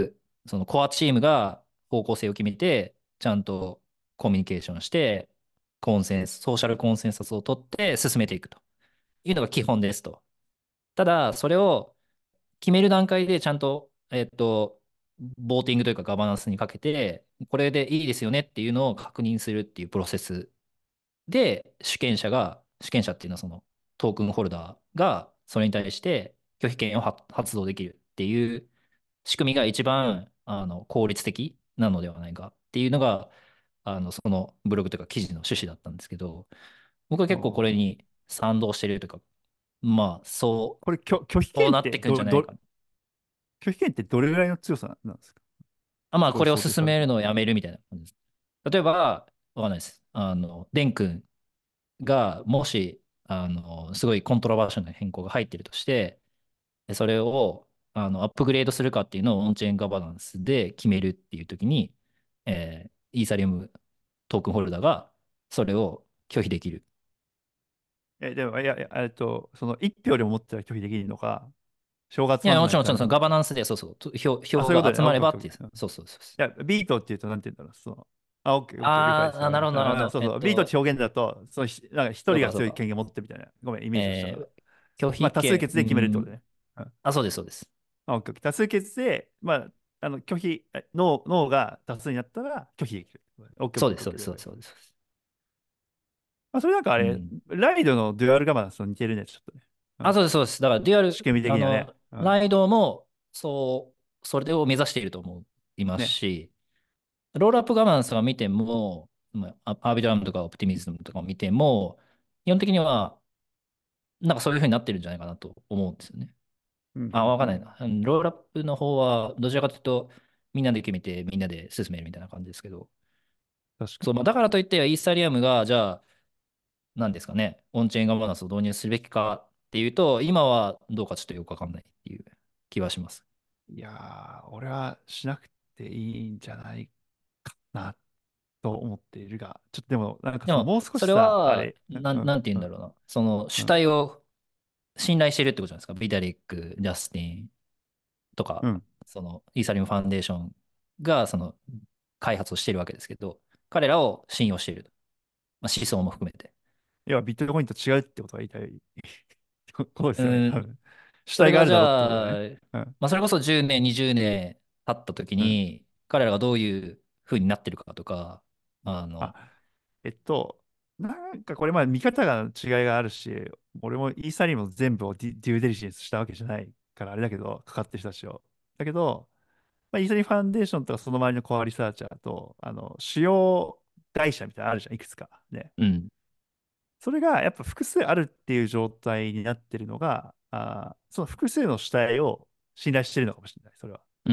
そのコアチームが方向性を決めて、ちゃんとコミュニケーションして、ソーシャルコンセンサスを取って進めていくというのが基本ですと。ただ、それを決める段階でちゃんと、ボーティングというかガバナンスにかけて、これでいいですよねっていうのを確認するっていうプロセスで、主権者っていうのはそのトークンホルダーがそれに対して拒否権を発動できるっていう仕組みが一番効率的なのではないかっていうのが、そのブログというか記事の趣旨だったんですけど、僕はあ結構これーに賛同しているというか、まあ、 これ拒否権ってそうなってくんじゃないか。 拒否権ってどれぐらいの強さなんですか？ まあ、 これこれを想定されてる。 進めるのをやめるみたいな感じです。例えば、わかんないです。デン君が、もし、すごいコントロバーシャルな変更が入っているとして、それを、アップグレードするかっていうのをオンチェーンガバナンスで決めるっていうときに、イーサリアムトークンホルダーがそれを拒否できる。 でも、いや、いやその一票でも持ってたら拒否できるのか、票が集いや、 まらもちろん、もちろん、そのないとダメなのか。 ガバナンスで、そうそう、 あ、 票が集そういうことだよね。オッケーオッケーオッケまればっていう、 ー。 そうそうそうそう。 いや、ビートって言うと、なんて言うんだろう。オッケーオッケー、了解です。 ああ、なるほど、なるほど。 そうそう。ビートって表現だと、なんか一人そうか、そうか。 が強い権限を持ってるみたいな、ごめん、イメージをしたから。 拒まあ、多数否権、 決で決めるってことね。うん。 あ、そうです、そうです。 オッケーオッケー。多数決で、まあ、拒否、ノーが多数になったら拒否できる。オッケーオッケーそうです、そうです、 オッケー了解。 そうです、そうです。 まあ、それなんかあれ、 うん。 ライドのデュアルガバナンスと似てるね、ちょっとね。うあ、 ん。 そうです、そうです。だから、デュアル、 仕組み的にはね。うん。 ライドも、それを目指していると思いますね。 し、ロールアップガバナンスを見ても、まあアービトラムとかオプティミズムとかを見ても、基本的には、なんかそういう風になってるんじゃないかなと思うんですよね。 うん、うあ、 ん、うん。 わかんないな。ロールアップの方は、どちらかというと、みんなで決めて、みんなで進めるみたいな感じですけど、そう、 確かに。 まあ、だからといって、イーサリアムが、じゃあ、何ですかね、オンチェーンガバナンスを導入するべきかっていうと、今はどうかちょっとよくわかんないっていう気はします。 いやー、俺はしなくていいんじゃないかなと思っているが、ちょっとでも、なんかでも、 もう少しそれさ、あは、 れ、うん、 なんて言ううん、 んだろうな。その主うん、 体を信頼してるってことじゃないですか。ビタリック、ジャスティンとか、 うん。 そのイーサリアムファンデーションがその開発をしてるわけですけど、彼らを信用している。まあ、思想も含めて。 要はビットコインと違うってことが言いたいことですよね、 うん、 多分。主それがじ体があるだろうってことだゃあ、 ね。うん。 まあ、それこそ10年、20年経った時うん。 に、彼らがどういう風になってるかとか、あの、 あ、えっと、なんかこれまあ見方が違いがあるし、俺もイーサリアム全部をデューデリジェンスしたわけじゃないからあれだけど、かかってる人たちを。だけど、まあ、イーサリアムファンデーションとかその周りのコアリサーチャーと、主要会社みたいなのあるじゃん、いくつか。ね。 うん、 それがやっぱ複数あるっていう状態になってるのが、その複数の主体を信頼してるのかもしれない、それは。 うん、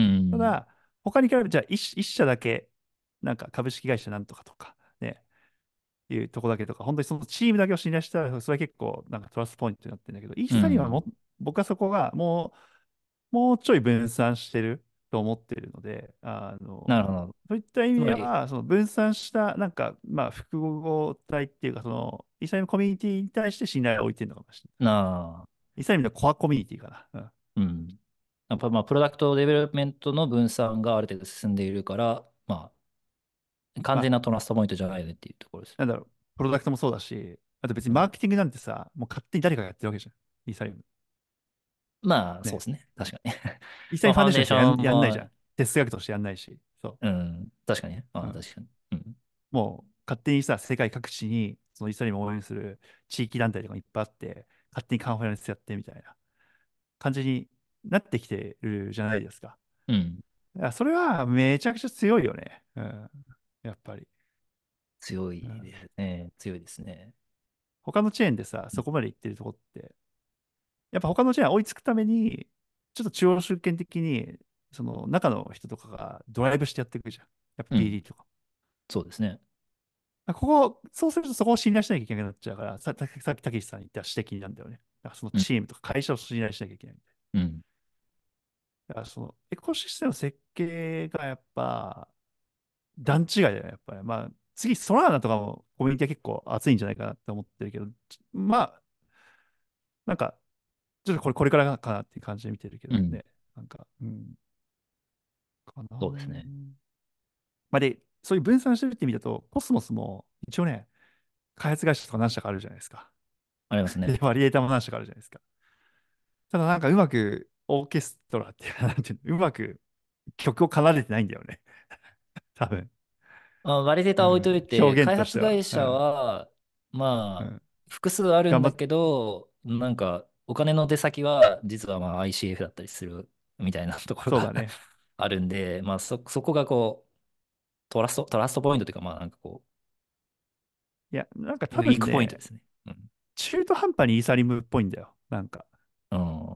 ただ、他に比べて、じゃあ一社だけ、なんか株式会社なんとかとか、ね、いうとこだけとか、本当にそのチームだけを信頼したら、それは結構なんかトラストポイントになってるんだけど、イーうん。 サリアムは僕はそこがもうちょい分散してると思っているので、 なるほど。 そういった意味つまり、 では、その分散した、なんか、まあ、複合体っていうか、イーサリアムコミュニティに対して信頼を置いてるのかもしれない。 なあ、 イーサリアムのコアコミュニティかな。うん。 うん。やっぱまあ、プロダクトデベロップメントの分散がある程度進んでいるから、まあ、完まあ、 全なトラストポイントじゃないよねっていうところです。 なんだろう、プロダクトもそうだし、あと別にうん、 マーケティングなんてさ、もう勝手に誰かがやってるわけじゃん。イーサリアム。 まあ、そうでね。 すね。確かに。 イーサリアまあ、 ムファンデーションの人ファンデーションも、 やんないじゃん。哲学としてやんないし。そうん、確かにね。 う。 まあ、 うん。 確かに。うん。 もう勝手にさ、世界各地に、そのイーサリアムを応援する地域団体とかいっぱいあって、勝手にカンファレンスやってみたいな感じになってきてるじゃないですか。 うん。 だからそれはめちゃくちゃ強いよね。うん。やっぱり。 強うん。 いですね。強いですね。 他のチェーンでさ、そこまで行ってるとこって、やっぱ他のチェーン追いつくために、ちょっと中央集権的に、その中の人とかがドライブしてやっていくじゃん。やっぱうん。 PD とか。 そうですね。 そうするとそこを信頼しなきゃいけなくなっちゃうから、さっきたけしさん言った指摘なんだよね。だからそのうん。 チームとか会社を信頼しなきゃいけないみたいうん。 な。だからそのエコシステムの設計がやっぱ段違いだよね、やっぱり。まあ、次、ソラーナとかもコミュニティは結構熱いんじゃないかなって思ってるけど、まあ、なんか、ちょっとこれからかなっていう感じで見てるけうん。 どね。なんか、うん。 かな。 そうですね。 まあ、で、そういう分散してるって意味だと、コスモスも一応ね、開発会社とか何社かあるじゃないですか。 ありますね。 で、バリエーターも何社かあるじゃないですか。ただなんかうまくオーケストラっていうか、なんていうの、うまく曲を奏でてないんだよね。多分。 バリデータは置いとうん。 いて、 表現開としては。 発会社は、まあ、 うん。 複数あるん頑張っ、 だけど、なんか、お金の出先は、実はまあ ICF だったりするみたいなところがそうだね。 あるんで、まあそこがこう、トラストポイントというか、まあなんかこいや、なんか多う、ウィークポイント分ね、 ですね。うん。 中途半端にイーサリムっぽいんだよ。なんか、 うん。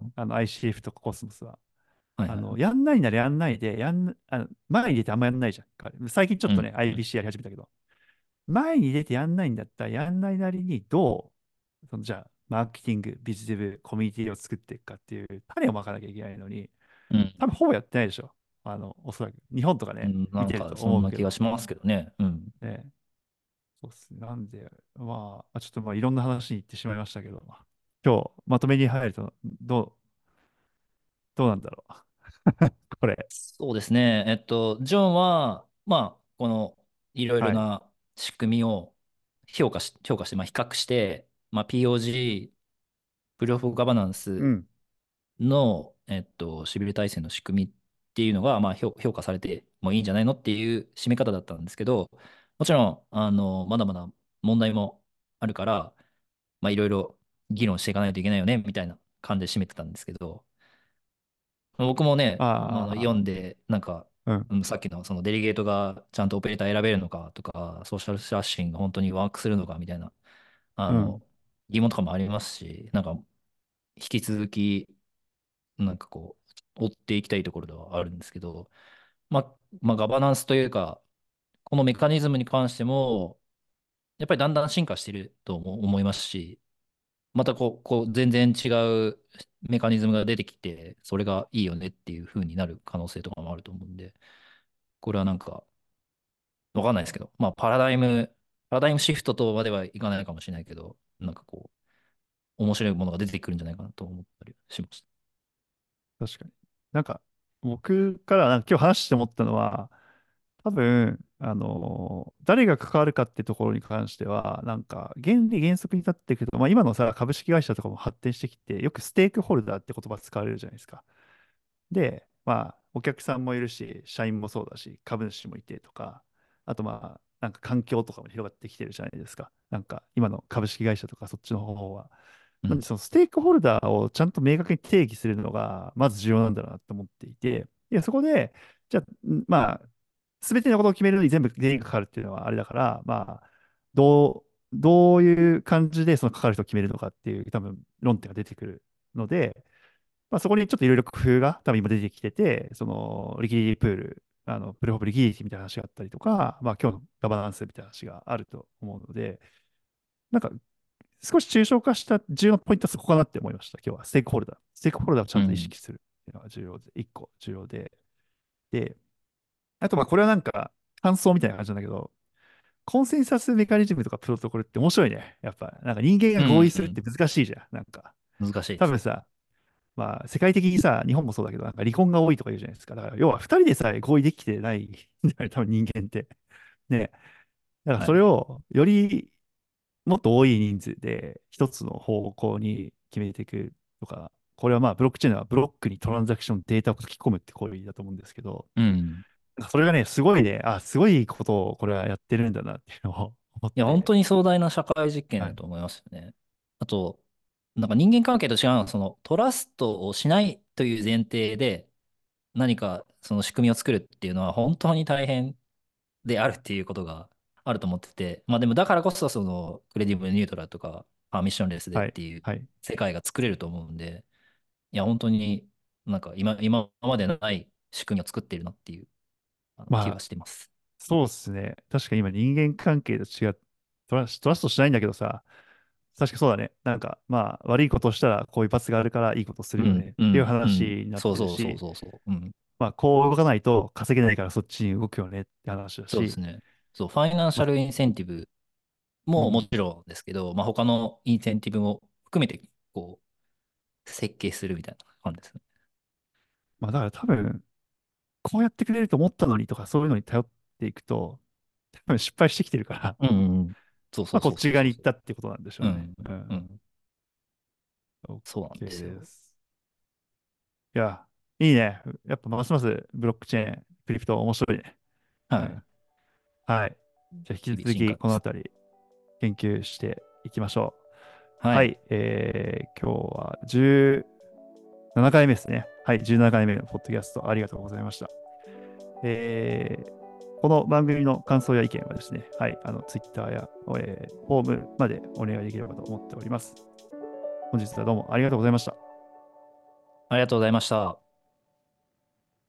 ICF とかコスモスは。 はいはいはい。 やんないならやんないで、前に出てあんまやんないじゃん。最近ちょっとね、 うん。うん。 IBC やり始めたけど、前に出てやんないんだったら、やんないなりにどう、じゃあ、マーケティング、ビジネス、コミュニティを作っていくかっていう種をまかなきゃいけないのに、 うん多分ほぼやってないでしょ。おそらく。日本とかね、 うんなんか、 見てるとそんな思うけど。 気がしますけどね。うん。 ね、そうっすね。なんで、ちょっといろんな話に行ってしまいましたけど、今日まとめに入ると、どうなんだろう。これ。 そうですね。ジョンは、まあ、この、いろいろはい。 な仕組みを評価して、まあ、比較して、まあ、POG、プロフガバナンスうん。 の、シビル体制の仕組みっていうのが、まあ、評価されてもいいんじゃないのっていう締め方だったんですけど、もちろん、まだまだ問題もあるから、まあ、いろいろ議論していかないといけないよね、みたいな感じで締めてたんですけど、僕もね、読あんで、なんか、 あ、うん。 さっきのそのデリゲートがちゃんとオペレーター選べるのかとか、ソーシャルシャッシングが本当にワークするのかみたいな、あの、 うん。 疑問とかもありますし、なんか、引き続き、なんかこう、追っていきたいところではあるんですけど、ガバナンスというか、このメカニズムに関しても、やっぱりだんだん進化しているとも思いますし、またこう全然違うメカニズムが出てきて、それがいいよねっていう風になる可能性とかもあると思うんで、これはなんか、わかんないですけど、まあ、パラダイムシフトとまではいかないかもしれないけど、なんかこう、面白いものが出てくるんじゃないかなと思ったりしました。 確かに。なんか、僕からなんか今日話して思ったのは、多分、誰が関わるかってところに関しては、なんか、原理原則に立っていくと、今のさ、株式会社とかも発展してきて、よくステークホルダーって言葉使われるじゃないですか。で、お客さんもいるし、社員もそうだし、株主もいてとか、あとなんか環境とかも広がってきてるじゃないですか。なんか、今の株式会社とかそっちの方は。 うん。 なんで、そのステークホルダーをちゃんと明確に定義するのが、まず重要なんだなと思っていて、そこで、じゃあ、すべてのことを決めるのに全部全員がかかるっていうのはあれだから、どういう感じでそのかかる人を決めるのかっていう多分論点が出てくるので、そこにちょっといろいろ工夫が多分今出てきてて、そのリキリティプール、プレホブリキリティみたいな話があったりとか、今日のガバナンスみたいな話があると思うので、なんか少し抽象化した重要なポイントはそこかなって思いました、今日は。ステークホルダー。ステークホルダーをちゃんと意うん。 識するっていうのが重要で、一個重要で。で、あとこれはなんか感想みたいな感じなんだけど、コンセンサスメカニズムとかプロトコルって面白いね。やっぱ、なんか人間うが合意するってん。 難しいじゃん。なんか、 難しいですね。 多分さ、世界的にさ、日本もそうだけど、なんか離婚が多いとか言うじゃないですか。だから、要は二人でさえ合意できてないんだよね、多分人間って。ね。だからはい。 それを、よりもっと多い人数で一つの方向に決めていくとか、これはブロックチェーンはブロックにトランザクションデータを書き込むって行為だと思うんですけど、 うん。 それがね、すごいね、すごいことをこれはやってるんだなっていうのを思っいや、本て、 当に壮大な社会実験はい。 だと思いますよね。あと、なんか人間関係と違うのは、そのトラストをしないという前提で何かその仕組みを作るっていうのは本当に大変であるっていうことがあると思ってて、まあでもだからこそそのクレディブルニュートラルとかパーミッションレスでっはい。 ていうはい。 世界が作れると思うんで、いや本当になんか今までない仕組みを作っているなっていう気はまあ、 しています。 そうっすね。確かに今人間関係と違う、トラストしないんだけどさ、確かそうだね。なんか、悪いことをしたらこういう罰があるからいいことするよねうん、うっていうん、うん。 話になっそうそうそうてるし、 そうそう。うん。 こう動かないと稼げないからそっちに動くよねって話だし、 そうですね。そう、ファイナンシまあ、 ャルインセンティブももちうん。 ろんですけど、まあ、他のインセンティブも含めて、こう、設計するみたいな感じですね。 だから多分、 こうやってくれると思ったのにとか、そういうのに頼っていくと、多分失敗してきてるから、 うんうんうん。そうまあ、こそうそうっち側に行っそうそうそたってことなんでしょう。ううね。 ん。 うん。 うん。 OK そうなんですよ。 です。いや、いいね。やっぱますますブロックチェーン、クリプト面白いね。うはい。 ん。はい。じゃあ引き日々 続き進化です。 このあたり研究していきましょう。 はい。 はい。今日は17回目ですね。はい。17回目のポッドキャストありがとうございました。この番組の感想や意見はですね、はい。Twitter や、フォームまでお願いできればと思っております。本日はどうもありがとうございました。 ありがとうございました。